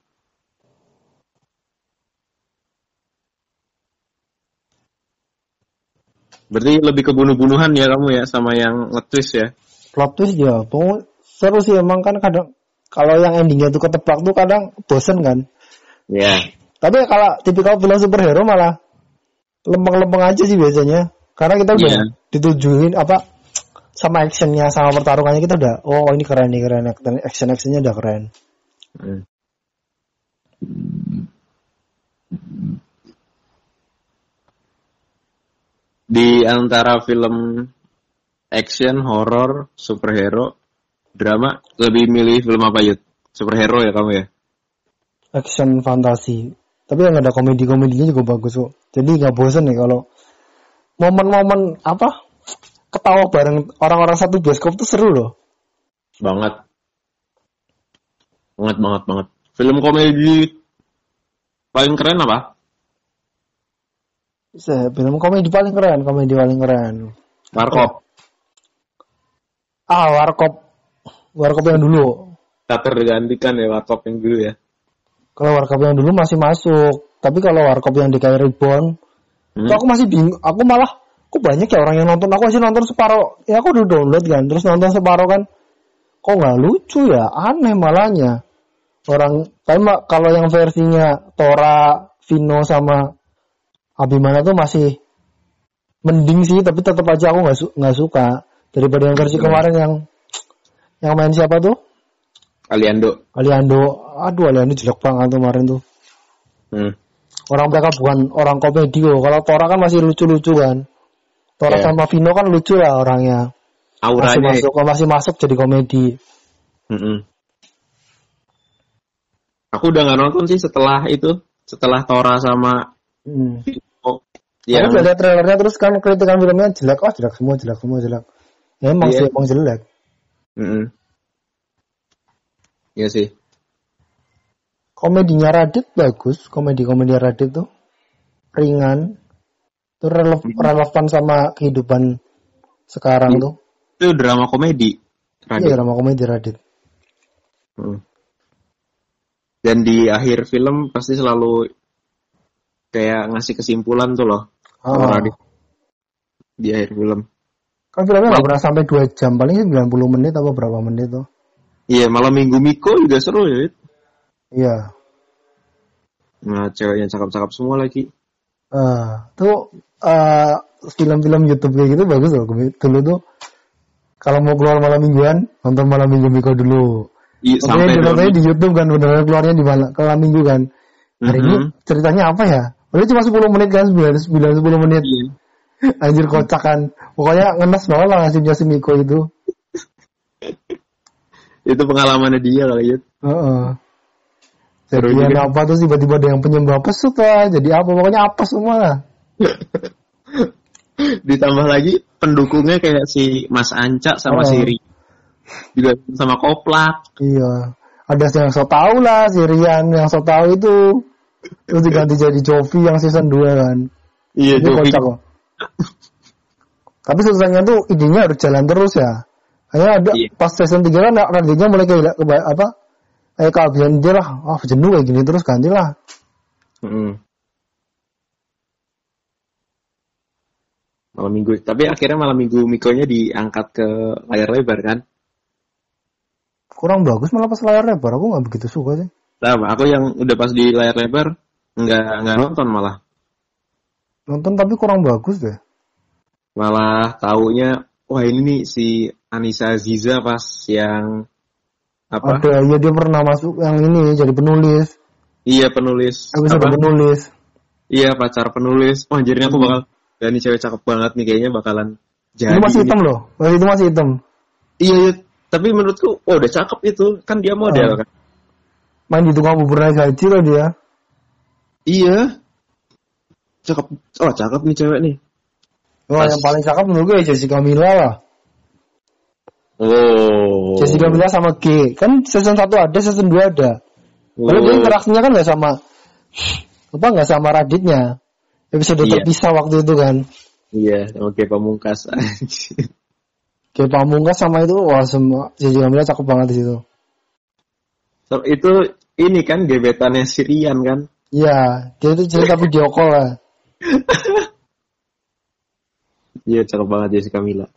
Berarti lebih ke bunuh-bunuhan ya kamu ya, sama yang nge-twist ya. Plot twist ya, seru sih emang kan kadang kalau yang endingnya tuh ketebak tuh kadang bosen kan. Iya. Yeah. Tapi kalau tipikal film superhero malah lempeng-lempeng aja sih biasanya. Karena kita udah ditujuin sama actionnya, sama pertarungannya kita udah, ini keren, action-actionnya udah keren. Di antara film action, horror, superhero, drama, lebih milih film apa Yud? Superhero ya kamu ya? Action, fantasi. Tapi yang ada komedi-komedinya juga bagus kok. Jadi gak bosen nih kalau momen-momen ketawa bareng orang-orang satu bioskop tuh seru loh. Banget. Film komedi paling keren apa? Film komedi paling keren. Warkop. Warkop yang dulu. Tak tergantikan ya Warkop yang dulu ya. Kalau Warkop yang dulu masih masuk. Tapi kalau Warkop yang di KRI Reborn, itu aku masih bingung. Aku malah, kok banyak ya orang yang nonton. Aku aja nonton separuh. Ya aku udah download kan. Terus nonton separuh kan. Kok nggak lucu ya? Aneh malahnya. Tapi kalau yang versinya Tora, Vino sama Abimana tuh masih mending sih. Tapi tetap aja aku nggak suka. Daripada yang versi kemarin yang main siapa tuh? Aliando. Aduh, Aliando jelek banget kemarin tuh. Orang mereka bukan orang komedi loh. Kalau Tora kan masih lucu-lucu kan. Tora sama Vino kan lucu lah orangnya. Auranya masih masuk jadi komedi. Aku udah nggak nonton sih setelah Tora sama Vino. Aku udah lihat trailernya terus kan kritikan filmnya jelek. Oh jelek semua. Emang sih emang jelek. Iya sih. Komedinya Radit bagus. Komedi Radit tuh ringan. Itu relevan sama kehidupan sekarang tuh. Itu drama komedi Radit. Iya, drama komedi Radit. Dan di akhir film pasti selalu kayak ngasih kesimpulan tuh loh. Radit di akhir film. Kan filmnya nggak pernah sampai 2 jam, paling 90 menit atau berapa menit tuh. Iya, malam Minggu Miko juga seru ya. Iya. Nah, ceweknya cakep-cakep semua lagi. Film-film YouTube kayak gitu bagus loh. Dulu tuh kalau mau keluar malam mingguan, nonton malam Minggu Miko dulu. Iya, sampai nontonnya di YouTube kan, beneran keluarnya di malam minggu kan. Hari ini ceritanya apa ya? Padahal cuma 10 menit kan, 9-10 menit. Iya. Anjir kocak kan. Pokoknya ngenes banget lah ngasihnya si Miko itu. Itu pengalamannya dia kali ya. Jadi apa tuh tiba-tiba ada yang penyembah pesut lah. Jadi apa? Pokoknya apa semua. Ditambah lagi pendukungnya kayak si Mas Anca sama Siri. Juga sama Koplak. Iya. Ada yang so tau lah, si Rian yang so tau itu. Terus diganti jadi Jovi yang season 2 kan. Iya, Jovi. Kocak kok. Tapi susahnya tuh idenya harus jalan terus ya. Hanya ada pas season 3 kan Raditnya mulai kayak kehabisan dia lah. Jenuh kayak gini terus gantilah. Malam Minggu. Tapi akhirnya Malam Minggu Mikonya diangkat ke layar lebar kan? Kurang bagus malah pas layar lebar. Aku nggak begitu suka sih. Nah, aku yang udah pas di layar lebar nggak nonton malah. Nonton tapi kurang bagus deh. Malah taunya, wah ini nih si Anissa Aziza pas yang apa? Ada, ya dia pernah masuk yang ini jadi penulis. Iya penulis. Episode penulis. Iya pacar penulis. Wah anjirnya aku bakal, ya ini cewek cakep banget nih kayaknya bakalan jadi. Itu masih hitam loh. Itu masih hitam. Iya. Tapi menurutku, udah cakep itu. Kan dia model kan. Main di tukang bubur naik gaji loh dia. Iya. Cakep. Oh cakep nih cewek nih. Yang paling cakep menurut gue Jessica Mila lah. Jessica Mila sama G. Kan season 1 ada, season 2 ada. Lalu dia interaksinya kan gak sama Raditnya. Episode terpisah waktu itu kan. Iya, sama G Pamungkas. G Pamungkas sama itu, wah semua Jessica Mila cakep banget di situ. So, itu ini kan gebetannya Sirian kan? Iya, dia itu cerita video call lah. Iya, cakep banget Jessica Mila.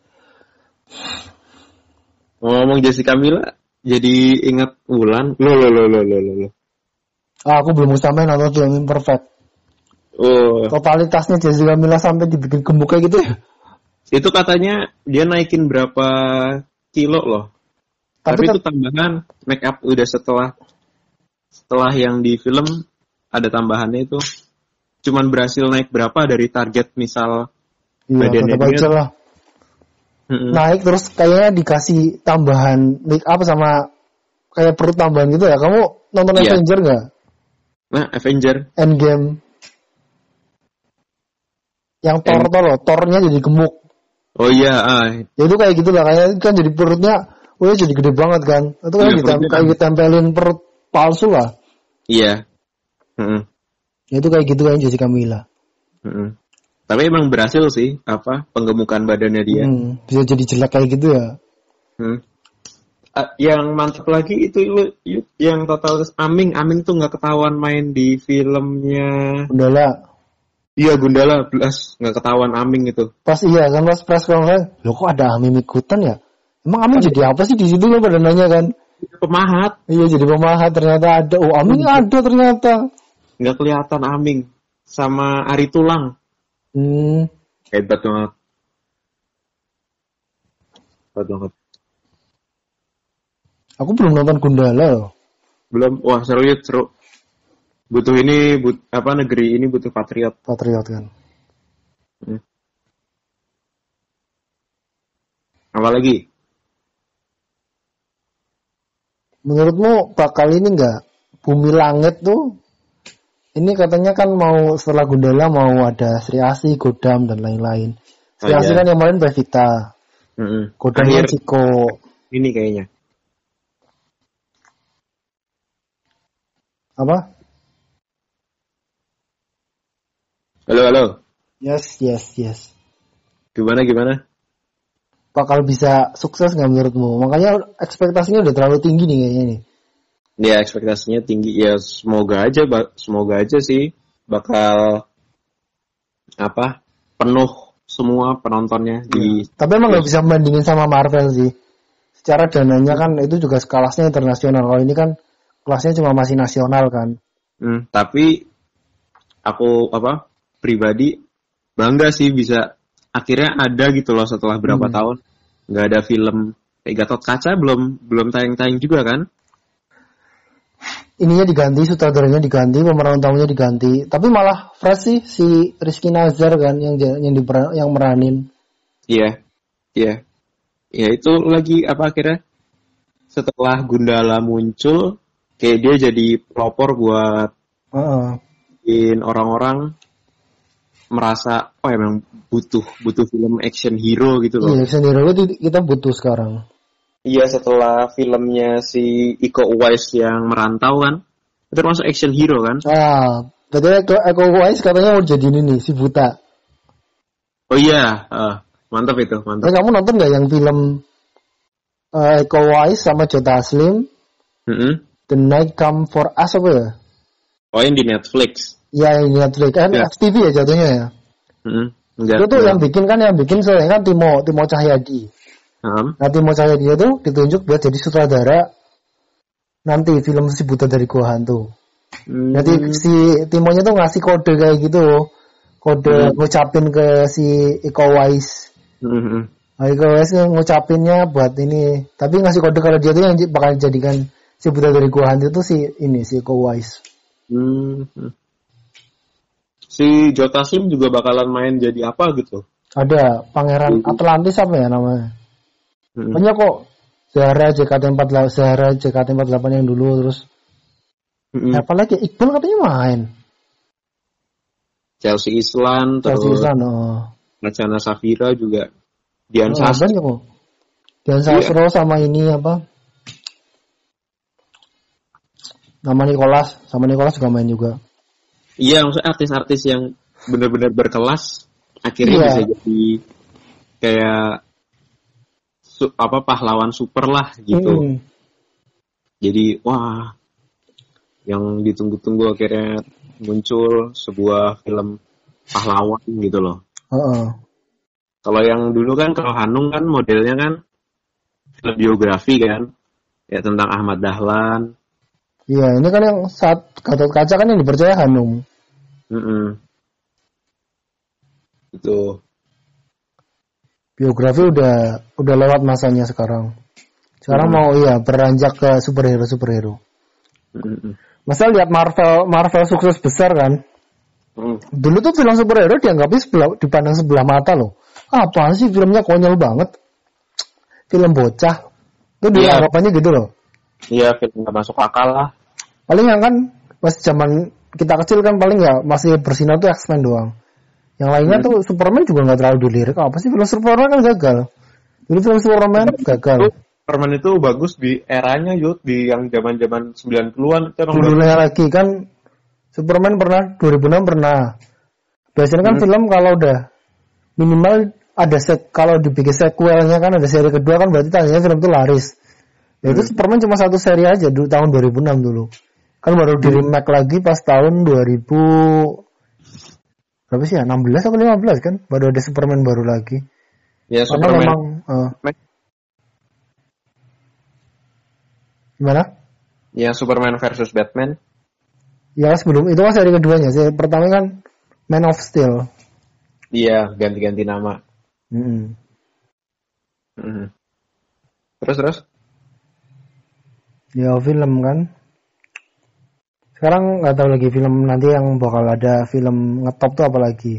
Ngomong Jessica Mila, jadi ingat Wulan. Loh. Aku belum sampai nonton film Imperfect. Totalitasnya Jessica Mila sampai dibikin gemuk kayak gitu ya? Itu katanya dia naikin berapa kilo loh. Tapi itu tambahan make up udah setelah yang di film ada tambahannya itu. Cuman berhasil naik berapa dari target misal badannya dia. Lah. Naik terus kayaknya dikasih tambahan make up sama kayak perut tambahan gitu ya. Kamu nonton Avenger nggak? Nah, Avenger. Endgame. Yang Thor-nya jadi gemuk. Oh iya. Ya itu kayak gitulah, kayak kan jadi perutnya, jadi gede banget kan. Itu kan kayak ditempelin perut palsu lah. Iya. Ya itu kayak gitu kan Jessica Mila. Tapi emang berhasil sih penggemukan badannya dia. Bisa jadi jelek kayak gitu ya. Yang mantap lagi itu yang total Aming tuh nggak ketahuan main di filmnya Gundala. Iya Gundala Blast nggak ketahuan Aming itu. Pas press conference, loh kok ada Aming ikutan ya? Emang Aming jadi apa sih di situ kan pada nanya kan? Pemahat. Iya jadi pemahat ternyata ada. Oh Aming ada ternyata. Nggak kelihatan Aming sama Ari Tulang. Hebat banget. Aku belum nonton Gundala loh. Belum. Wah seru. Negeri ini butuh patriot. Patriot kan. Apa lagi? Menurutmu bakal ini enggak? Bumi Langit tuh ini katanya kan mau setelah Gundala mau ada Sri Asih, Godam dan lain-lain. Sri Asih kan yang main Pevita. Godamnya Ciko. Ini kayaknya. Apa? Halo. Yes. Gimana? Bakal bisa sukses nggak menurutmu? Makanya ekspektasinya udah terlalu tinggi nih kayaknya nih. Ya ekspektasinya tinggi ya semoga aja sih bakal penuh semua penontonnya di. Tapi emang nggak bisa membandingin sama Marvel sih. Secara dananya kan itu juga kelasnya internasional. Kalau ini kan kelasnya cuma masih nasional kan. Tapi aku pribadi bangga sih bisa akhirnya ada gitu loh setelah berapa tahun nggak ada film kayak Gatot Kaca belum tayang juga kan. Ininya diganti, sutradaranya diganti, pemeran utamanya diganti. Tapi malah fresh sih si Rizky Nazar kan yang meranin. Iya. Ya itu lagi akhirnya setelah Gundala muncul kayak dia jadi pelopor buat bikin orang-orang merasa emang butuh film action hero gitu loh. Iya, action hero itu kita butuh sekarang. Iya, setelah filmnya si Iko Uwais yang Merantau kan, itu termasuk action hero kan? Berarti Iko Uwais katanya mau jadi ini nih, si Buta. Oh iya, mantap itu, mantap. Kamu nonton nggak yang film Iko Uwais sama Joe Taslim? The Night Come For Us apa ya? Oh yang di Netflix? Iya yang di Netflix, kan FTV ya jatuhnya ya? Itu tuh yang bikin soalnya kan Timo Cahyadi. Nah Timo Cahyadi itu ditunjuk buat jadi sutradara nanti film Si Buta dari Gua Hantu. Nanti si Timonya tuh ngasih kode kayak gitu, kode ngucapin ke si Iko Uwais. Nah, Iko Uwais ngucapinnya buat ini, tapi ngasih kode kalau dia tuh yang bakal jadikan Si Buta dari Gua Hantu itu si Iko Uwais. Si Joe Taslim juga bakalan main jadi apa gitu? Ada Pangeran Atlantis apa ya namanya? Banyak kok. Zahra JKT48 yang dulu terus. Apalagi Iqbal katanya main. Chelsea Islan terus. Najana Safira juga. Dian Sastro. Dian Sastro sama ini apa? Nama Nicholas juga main juga. Iya, maksudnya artis-artis yang benar-benar berkelas akhirnya bisa jadi kayak pahlawan super lah gitu. Jadi wah, yang ditunggu-tunggu akhirnya muncul sebuah film pahlawan gitu loh. Kalau yang dulu kan kalau Hanung kan modelnya kan film biografi kan, ya tentang Ahmad Dahlan. Iya, ini kan yang saat Gatot Kaca kan yang dipercaya Hanung. Itu biografi udah lewat masanya sekarang. Sekarang mau beranjak ke superhero. Masa lihat Marvel sukses besar kan? Dulu tuh film superhero dianggapnya dipandang sebelah mata loh. Apaan sih filmnya konyol banget. Film bocah. Itu dianggapannya gitu loh. Iya, film gak masuk akal lah. Paling yang kan pas zaman kita kecil kan paling masih bersinar tuh X-Men doang. Yang lainnya tuh Superman juga gak terlalu dilirik. Apa sih film Superman kan gagal. Dulu film Superman gagal. Superman itu bagus di eranya di yang zaman-zaman 90-an. Dulunya lagi kan Superman pernah 2006 pernah. Biasanya kan film kalau udah minimal ada kalau dibikin sequelnya kan ada seri kedua kan berarti tandanya film itu laris. Ya itu Superman cuma satu seri aja dulu tahun 2006 dulu. Kan baru di remake lagi pas tahun 2000 berapa sih ya? 16 atau 15 kan? Baru ada Superman baru lagi. Ya, karena Superman. Memang gimana? Ya, Superman versus Batman. Ya sebelum itu kan seri keduanya. Seri pertama kan Man of Steel. Iya, ganti-ganti nama. Terus? Ya film kan. Sekarang nggak tahu lagi film nanti yang bakal ada film ngetop tuh apa lagi.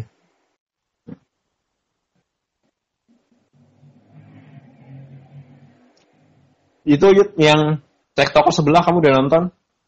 Itu yang Cek Toko Sebelah kamu udah nonton?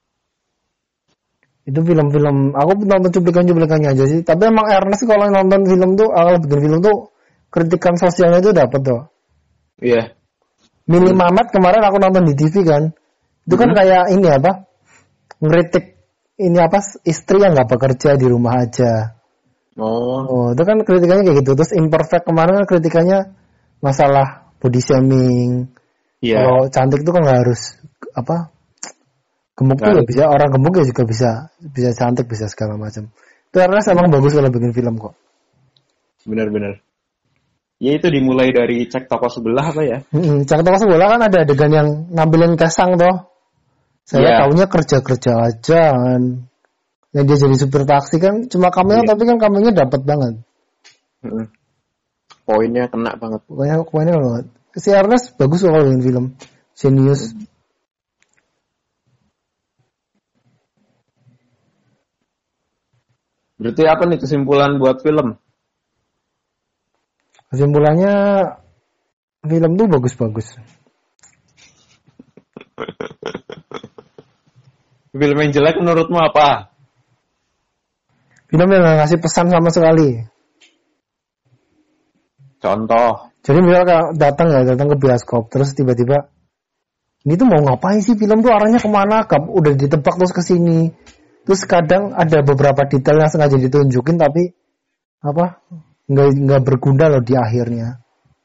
Itu film-film, aku nonton cuplikan-cuplikannya aja sih. Tapi emang Ernest kalau nonton film tuh, kalau bikin film tuh kritikan sosialnya itu dapat tuh. Iya. Mini Mamet kemarin aku nonton di TV kan. Itu kan kayak ini apa? Ngeritik ini apa? Istri yang nggak bekerja di rumah aja. Oh, itu kan kritikannya kayak gitu. Terus Imperfect kemarin kan kritikannya masalah body shaming. Iya. Kalau cantik tuh kan nggak harus apa? Gemuk tuh ya bisa, orang gemuk ya juga bisa cantik, bisa segala macam. Itu Ernest emang bagus kalau bikin film kok. Benar-benar. Ya itu dimulai dari Cek Toko Sebelah apa ya? Cek Toko Sebelah kan ada adegan yang nampilin Kesang toh. Saya taunya kerja-kerja aja kan. Yang dia jadi supir taksi kan cuma cameo tapi kan cameo-nya dapat banget. Poinnya kena banget. Poinnya banget. Si Ernest bagus loh kalau bikin film. Genius. Berarti apa nih kesimpulan buat film? Kesimpulannya film tuh bagus-bagus. Film yang jelek menurutmu apa? Film yang nggak ngasih pesan sama sekali. Contoh. Jadi misalnya datang ke bioskop terus tiba-tiba ini tuh mau ngapain sih, film tuh arahnya kemana? Udah ditebak terus ke sini. Terus kadang ada beberapa detail yang sengaja ditunjukin tapi apa nggak berguna loh di akhirnya.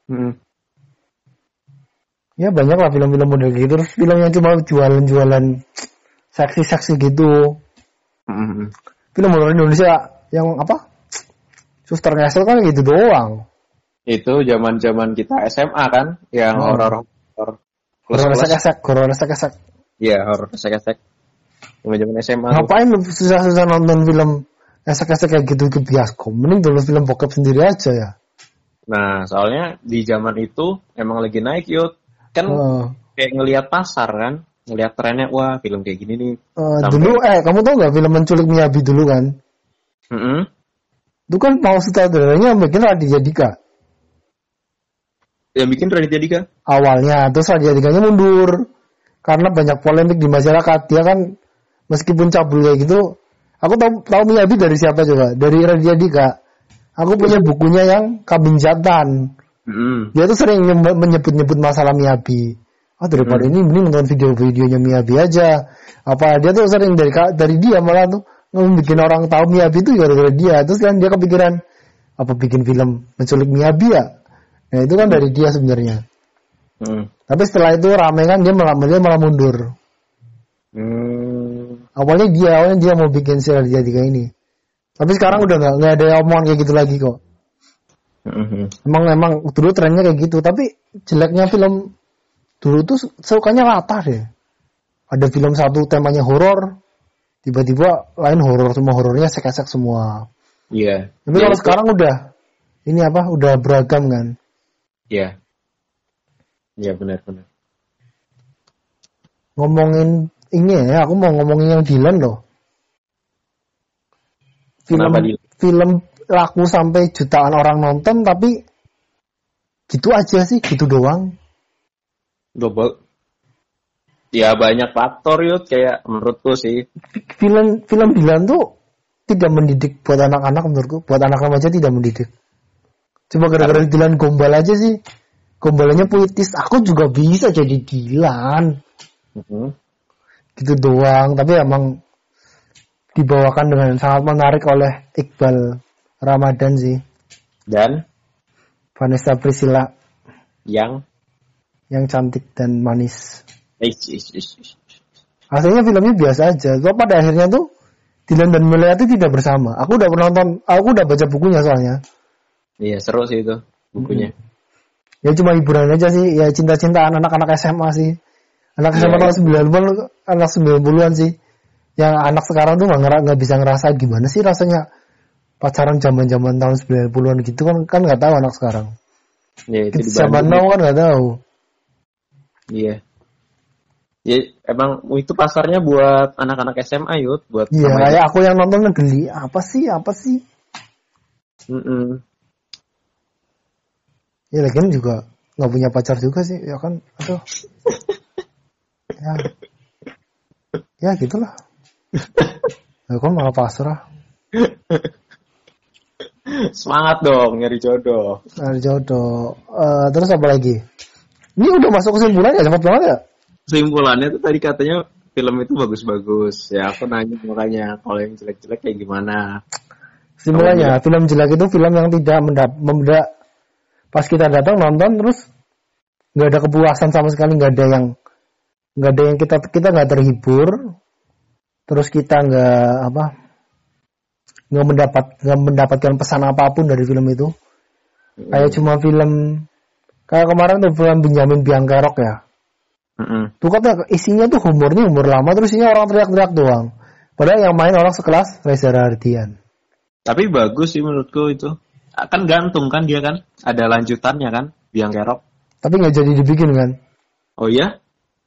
Ya banyak lah film-film model gitu. Terus film yang cuma jualan-jualan seksi-seksi gitu. Film horor Indonesia yang apa? Suster Ngesel kan gitu doang. Itu zaman-zaman kita SMA kan, yang horor esek-esek. Iya, horor esek-esek. Zaman SMA. Ngapain lu susah-susah nonton film esek-esek kayak gitu ke bioskop? Mending dulu film bokep sendiri aja ya. Nah, soalnya di zaman itu emang lagi naik yuk. Kan kayak ngelihat pasar kan, ngelihat trennya, wah film kayak gini nih. Dulu kamu tau gak film Menculik Miyabi dulu kan? Itu kan mau sutradaranya bikin Raditya Dika. Yang bikin Raditya Dika? Awalnya, terus Raditya Dikanya mundur. Karena banyak polemik di masyarakat. Dia kan meskipun cabul kayak gitu, aku tahu Miyabi dari siapa coba? Dari Raditya Dika. Aku punya bukunya yang Kambing Jantan. Dia tuh sering menyebut-nyebut masalah Miyabi. Daripada ini mending nonton video-videonya Miyabi aja. Apa dia tuh sering dari dia malah tuh bikin orang tahu Miyabi itu gara-gara dia. Terus kan dia kepikiran apa bikin film Menculik Miyabi ya? Nah itu kan dari dia sebenarnya. Tapi setelah itu rame kan dia malah mundur. Awalnya dia mau bikin serial Raditya Dika ini. Tapi sekarang udah nggak ada omongan kayak gitu lagi kok. Emang dulu trennya kayak gitu. Tapi jeleknya film dulu tuh sukanya rata deh. Ada film satu temanya horor, tiba-tiba lain horor, semua horornya sek-sek semua. Iya. Tapi kalau sekarang udah beragam kan. Iya. Iya benar-benar. Ngomongin ini ya, aku mau ngomongin yang Dylan loh. Film laku sampai jutaan orang nonton tapi gitu aja sih, gitu doang. Double. Ya banyak faktor yuk kayak menurutku sih. Film Dylan tuh tidak mendidik buat anak-anak menurutku, buat anak remaja tidak mendidik. Coba gara-gara Dylan gombal aja sih. Gombalannya puitis, aku juga bisa jadi Dylan. Gitu doang, tapi emang dibawakan dengan sangat menarik oleh Iqbal Ramadan sih. Dan Vanessa Priscilla yang cantik dan manis. Is. Aslinya filmnya biasa aja. Tapi pada akhirnya tuh Dylan dan Melati tidak bersama. Aku udah baca bukunya soalnya. Iya, seru sih itu bukunya. Ya cuma hiburan aja sih. Ya cinta-cintaan anak-anak SMA sih. Anak SMA tahun 90-an sih. Yang anak sekarang tuh nggak bisa ngerasain gimana sih rasanya pacaran zaman-zaman tahun 90-an gitu kan nggak tahu anak sekarang. Ya, itu zaman now kan nggak tahu. Iya. Ya emang itu pasarnya buat anak-anak SMA Yud, buat iya kayak aku yang nonton geli apa sih ya lagian juga nggak punya pacar juga sih ya kan aduh ya gitulah ya kan malah pasrah. Semangat dong nyari jodoh. Terus apa lagi ini udah masuk kesimpulan ya cepat banget ya. Kesimpulannya tuh tadi katanya film itu bagus-bagus. Ya aku nanya makanya kalau yang jelek-jelek kayak gimana? Kesimpulannya film jelek itu film yang tidak pas kita datang nonton terus nggak ada kepuasan sama sekali, nggak ada yang kita nggak terhibur, terus kita nggak mendapatkan pesan apapun dari film itu. Kayak cuma film kayak kemarin tuh film Benjamin Biangkerok ya. Tuh kata isinya tuh humor lama terus isinya orang teriak-teriak doang. Padahal yang main orang sekelas Reza Rahardian. Tapi bagus sih menurutku itu. Kan gantung kan dia kan. Ada lanjutannya kan Biangkerok. Tapi nggak jadi dibikin kan? Oh iya?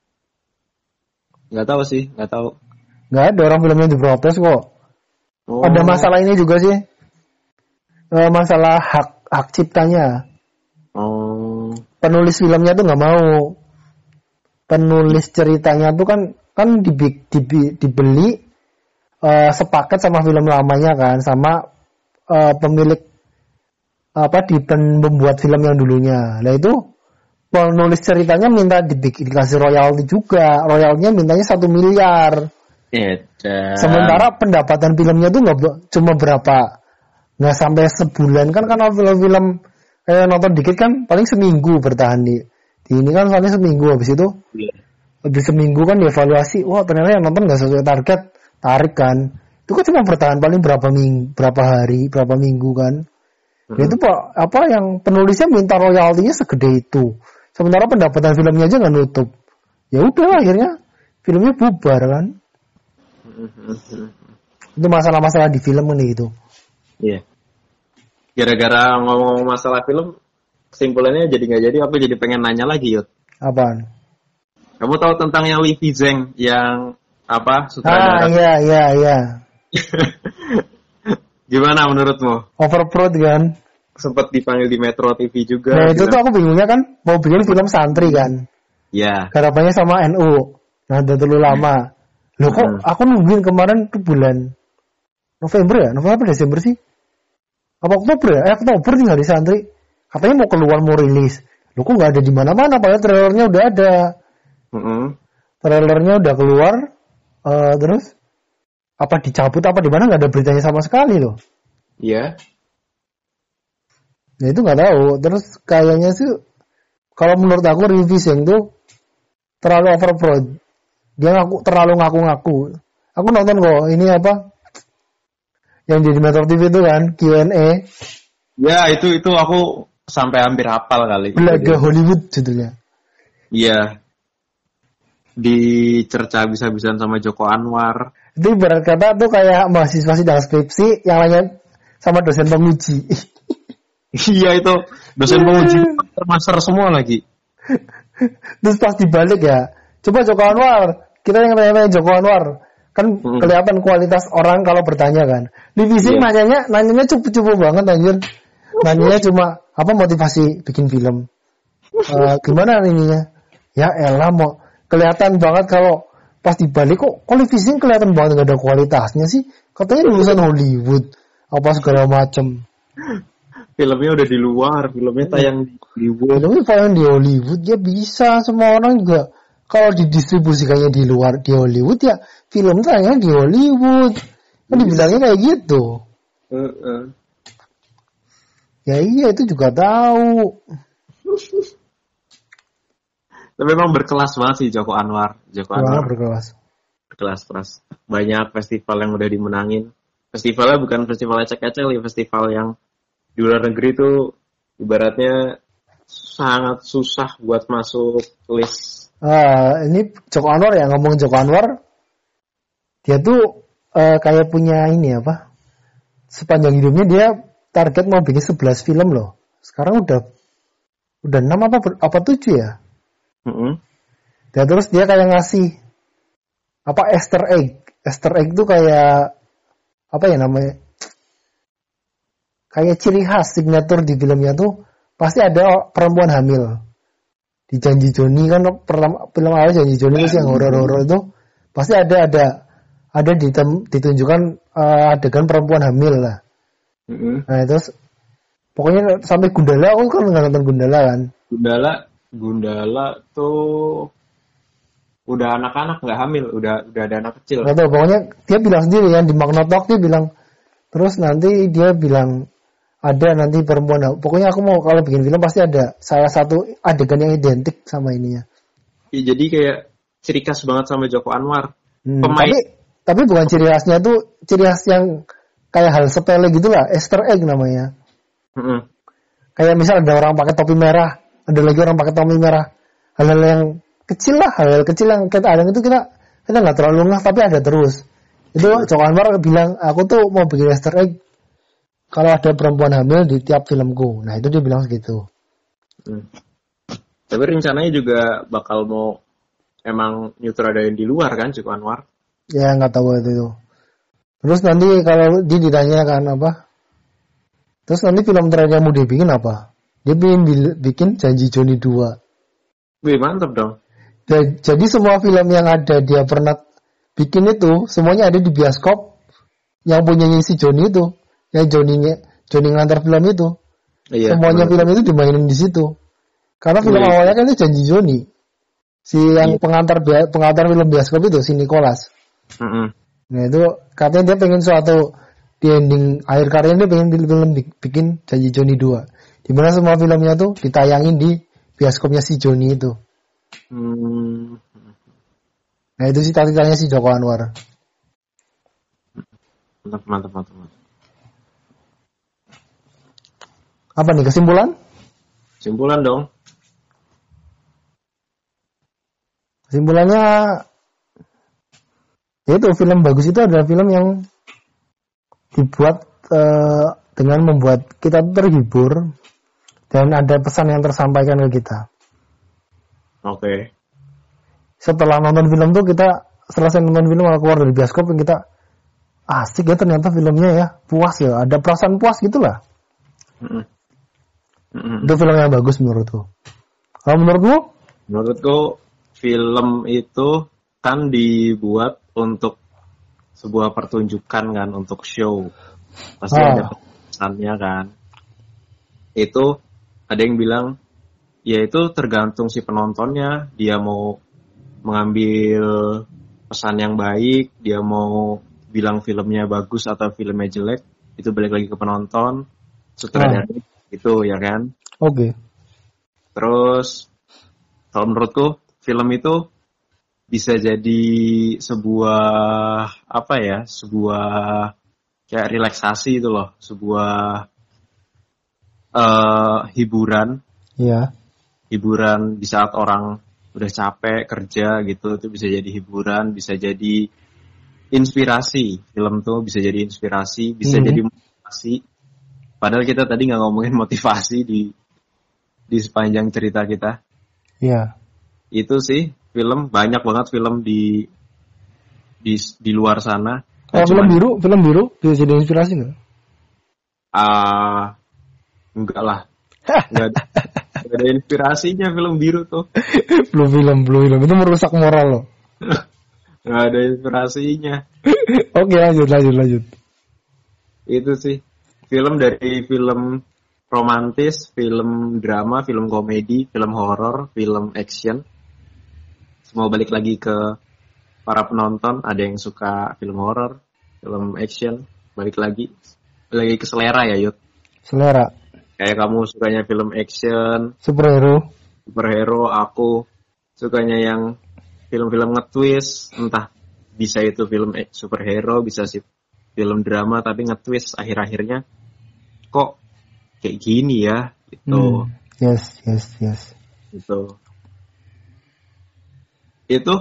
Nggak tahu sih, nggak tahu. Nggak ada orang filmnya diprotes kok. Oh. Ada masalah ini juga sih. Masalah hak ciptanya. Oh. Penulis filmnya tuh nggak mau. Penulis ceritanya tuh kan dibeli sepaket sama film lamanya kan, sama pemilik membuat film yang dulunya. Nah itu penulis ceritanya minta dikasih royalti juga. Royaltinya mintanya 1 miliar. Sementara pendapatan filmnya tuh nggak cuma berapa, nggak sampai sebulan kan kalau film kayak nonton dikit kan paling seminggu bertahan di ini kan soalnya seminggu habis itu habis seminggu kan dievaluasi, wah ternyata yang nonton nggak sesuai target, tarik kan. Itu kan cuma bertahan paling berapa hari, berapa minggu kan. Itu yang penulisnya minta royaltinya segede itu, sementara pendapatan filmnya aja nggak nutup. Ya udah akhirnya filmnya bubar kan. Itu masalah-masalah di film ini gitu. Iya. Gara-gara ngomong masalah film, kesimpulannya jadi nggak jadi. Aku jadi pengen nanya lagi Yud. Apaan? Kamu tahu tentang yang Livi Zeng yang sutradara? Iya. Gimana menurutmu? Overproud kan? Sempat dipanggil di Metro TV juga. Nah itu tuh aku bingungnya kan mau bikin film santri kan? Iya. Harapannya sama NU. Nah udah terlalu lama. Loh kok aku nungguin kemarin tuh bulan November ya? November Desember sih? Apa Oktober ya? Oktober tinggal di santri. Katanya mau keluar, mau rilis. Loh kok nggak ada di mana-mana? Padahal trailernya udah ada. Trailernya udah keluar. Terus apa dicabut apa di mana nggak ada beritanya sama sekali loh. Iya. Nah itu nggak tahu. Terus kayaknya sih kalau menurut aku Livi Zeng tuh terlalu overproud. Dia terlalu ngaku-ngaku. Aku nonton kok ini yang di Metro TV itu kan Q&A. Ya itu aku sampai hampir hafal kali. Belaga Hollywood judulnya. Iya. Dicerca bisa-bisaan sama Joko Anwar. Itu ibarat kata tuh kayak mahasiswa sidang skripsi yang lainnya sama dosen penguji. Iya itu dosen penguji master semua lagi. Terus pas dibalik ya, coba Joko Anwar, kita yang tanya Joko Anwar, kan kelihatan kualitas orang kalau bertanya kan. Livi Zeng nanyanya cupu-cupu banget anjir. Nanyanya cuma apa motivasi bikin film. Gimana ininya? Ya elah mau kelihatan banget kalau pas dibalik kok Livi Zeng kelihatan banget gak ada kualitasnya sih. Katanya lulusan Hollywood apa segala macem. Filmnya udah di luar, filmnya tayang di Hollywood. Filmnya tayang di Hollywood ya bisa, semua orang juga kalau didistribusikannya di luar di Hollywood ya film tayangnya di Hollywood. Kan dibilangnya kayak gitu. Ya iya itu juga tahu. Tapi memang berkelas banget sih Joko Anwar. Joko Anwar berkelas. Berkelas. Banyak festival yang udah dimenangin. Festivalnya bukan festival ecek-ecek, festival yang di luar negeri tuh ibaratnya sangat susah buat masuk list. Ini Joko Anwar ya, ngomong Joko Anwar, dia tuh kayak punya ini apa? Sepanjang hidupnya dia target mau bikin 11 film loh. Sekarang udah 6 apa 7 ya? Dan terus dia kayak ngasih apa Easter egg. Easter egg tuh kayak apa ya namanya? Kayak ciri khas signature di filmnya tuh pasti ada perempuan hamil. Di Janji Joni kan film awal Janji Joni itu yang horor-horor itu pasti ada ditunjukkan adegan perempuan hamil lah. Nah terus pokoknya sampai Gundala, aku kan nggak nonton Gundala kan. Gundala tuh udah anak-anak nggak hamil, udah ada anak kecil. Nggak tahu, pokoknya dia bilang sendiri kan di Magna Talk dia bilang, terus nanti dia bilang ada nanti perempuan. Pokoknya aku mau kalau bikin film pasti ada salah satu adegan yang identik sama ininya. Ya, jadi kayak ciri khas banget sama Joko Anwar. Tapi bukan ciri khasnya tuh ciri khas yang kayak hal sepele gitulah, Easter egg namanya. Kayak misal ada orang pakai topi merah, ada lagi orang pakai topi merah. Hal-hal yang kecil lah, hal-hal kecil yang kadang itu kita nggak terlalu ngeh tapi ada terus. Itu Joko Anwar bilang, aku tuh mau bikin Easter egg kalau ada perempuan hamil di tiap filmku. Nah itu dia bilang segitu. Tapi rencananya juga bakal mau emang nyutradain di luar kan Joko Anwar? Ya nggak tahu itu. Terus nanti kalau dia ditanya kan apa? Terus nanti film terakhir mau dia bikin apa? Dia bikin Janji Joni 2. Wih mantep dong. Jadi semua film yang ada dia pernah bikin itu semuanya ada di bioskop yang punyanya si Joni itu, yang Joni ngantar film itu. Iya, semuanya film itu dimainin di situ. Karena film awalnya kan itu Janji Joni. Si yang pengantar film bioskop itu si Nicholas. Nah itu katanya dia pengen suatu di ending akhir karyanya dia pengen bikin Janji Joni 2. Dimana semua filmnya tuh ditayangin di bioskopnya si Joni itu. Nah itu sih cita-citanya si Joko Anwar. Mantap. Apa nih kesimpulan? Kesimpulan dong. Kesimpulannya itu film bagus itu adalah film yang dibuat dengan membuat kita terhibur dan ada pesan yang tersampaikan ke kita. Oke. Setelah nonton film tuh kita selesai nonton film keluar dari bioskop dan kita asik ya ternyata filmnya ya, puas ya, ada perasaan puas gitulah. Itu film yang bagus menurutku. Kalau menurutmu? Menurutku film itu kan dibuat untuk sebuah pertunjukan kan, untuk show. Pasti ada pesannya kan. Itu ada yang bilang ya itu tergantung si penontonnya, dia mau mengambil pesan yang baik, dia mau bilang filmnya bagus atau filmnya jelek, itu balik lagi ke penonton, sutradara itu ya kan. Oke. Terus kalau menurutku film itu bisa jadi sebuah apa ya, sebuah kayak relaksasi itu loh, sebuah hiburan. Iya. Hiburan di saat orang udah capek kerja gitu, itu bisa jadi hiburan, bisa jadi inspirasi. Film tuh bisa jadi inspirasi, bisa jadi motivasi. Padahal kita tadi nggak ngomongin motivasi di sepanjang cerita kita. Iya. Itu sih film, banyak banget film di luar sana. Film biru bisa jadi inspirasi nggak? Enggak lah. Enggak ada inspirasinya film biru tuh. Blue film itu merusak moral loh. Enggak ada inspirasinya. Oke, lanjut. Itu sih film dari film romantis, film drama, film komedi, film horor, film action. Semua balik lagi ke para penonton. Ada yang suka film horor, film action, balik lagi ke selera ya Yud. Selera. Kayak kamu sukanya film action, superhero, aku sukanya yang film-film nge-twist, entah bisa itu film superhero, bisa sih film drama tapi nge-twist akhir-akhirnya kok kayak gini ya gitu. Yes. Gitu. Itu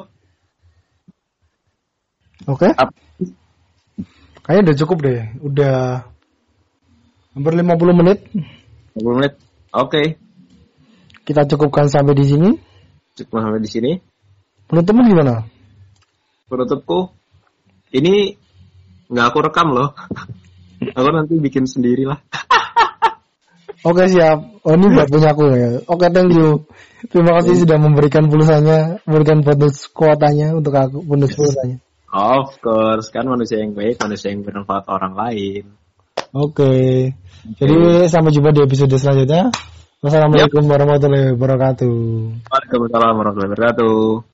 oke. Kayaknya udah cukup deh. Udah hampir 50 menit. 50 menit. Oke. Kita cukupkan sampai di sini. Penutupnya gimana? Penutupku ini nggak aku rekam loh. Aku nanti bikin sendiri lah. Oke, siap. Oh, ini buat punya aku ya. Oke, thank you. Terima kasih sudah memberikan pulsanya, memberikan bonus kuotanya untuk aku, bonus pulsanya. Of course, kan manusia yang baik, manusia yang bermanfaat orang lain. Oke. Jadi sampai jumpa di episode selanjutnya. Wassalamualaikum warahmatullahi wabarakatuh. Waalaikumsalam warahmatullahi wabarakatuh.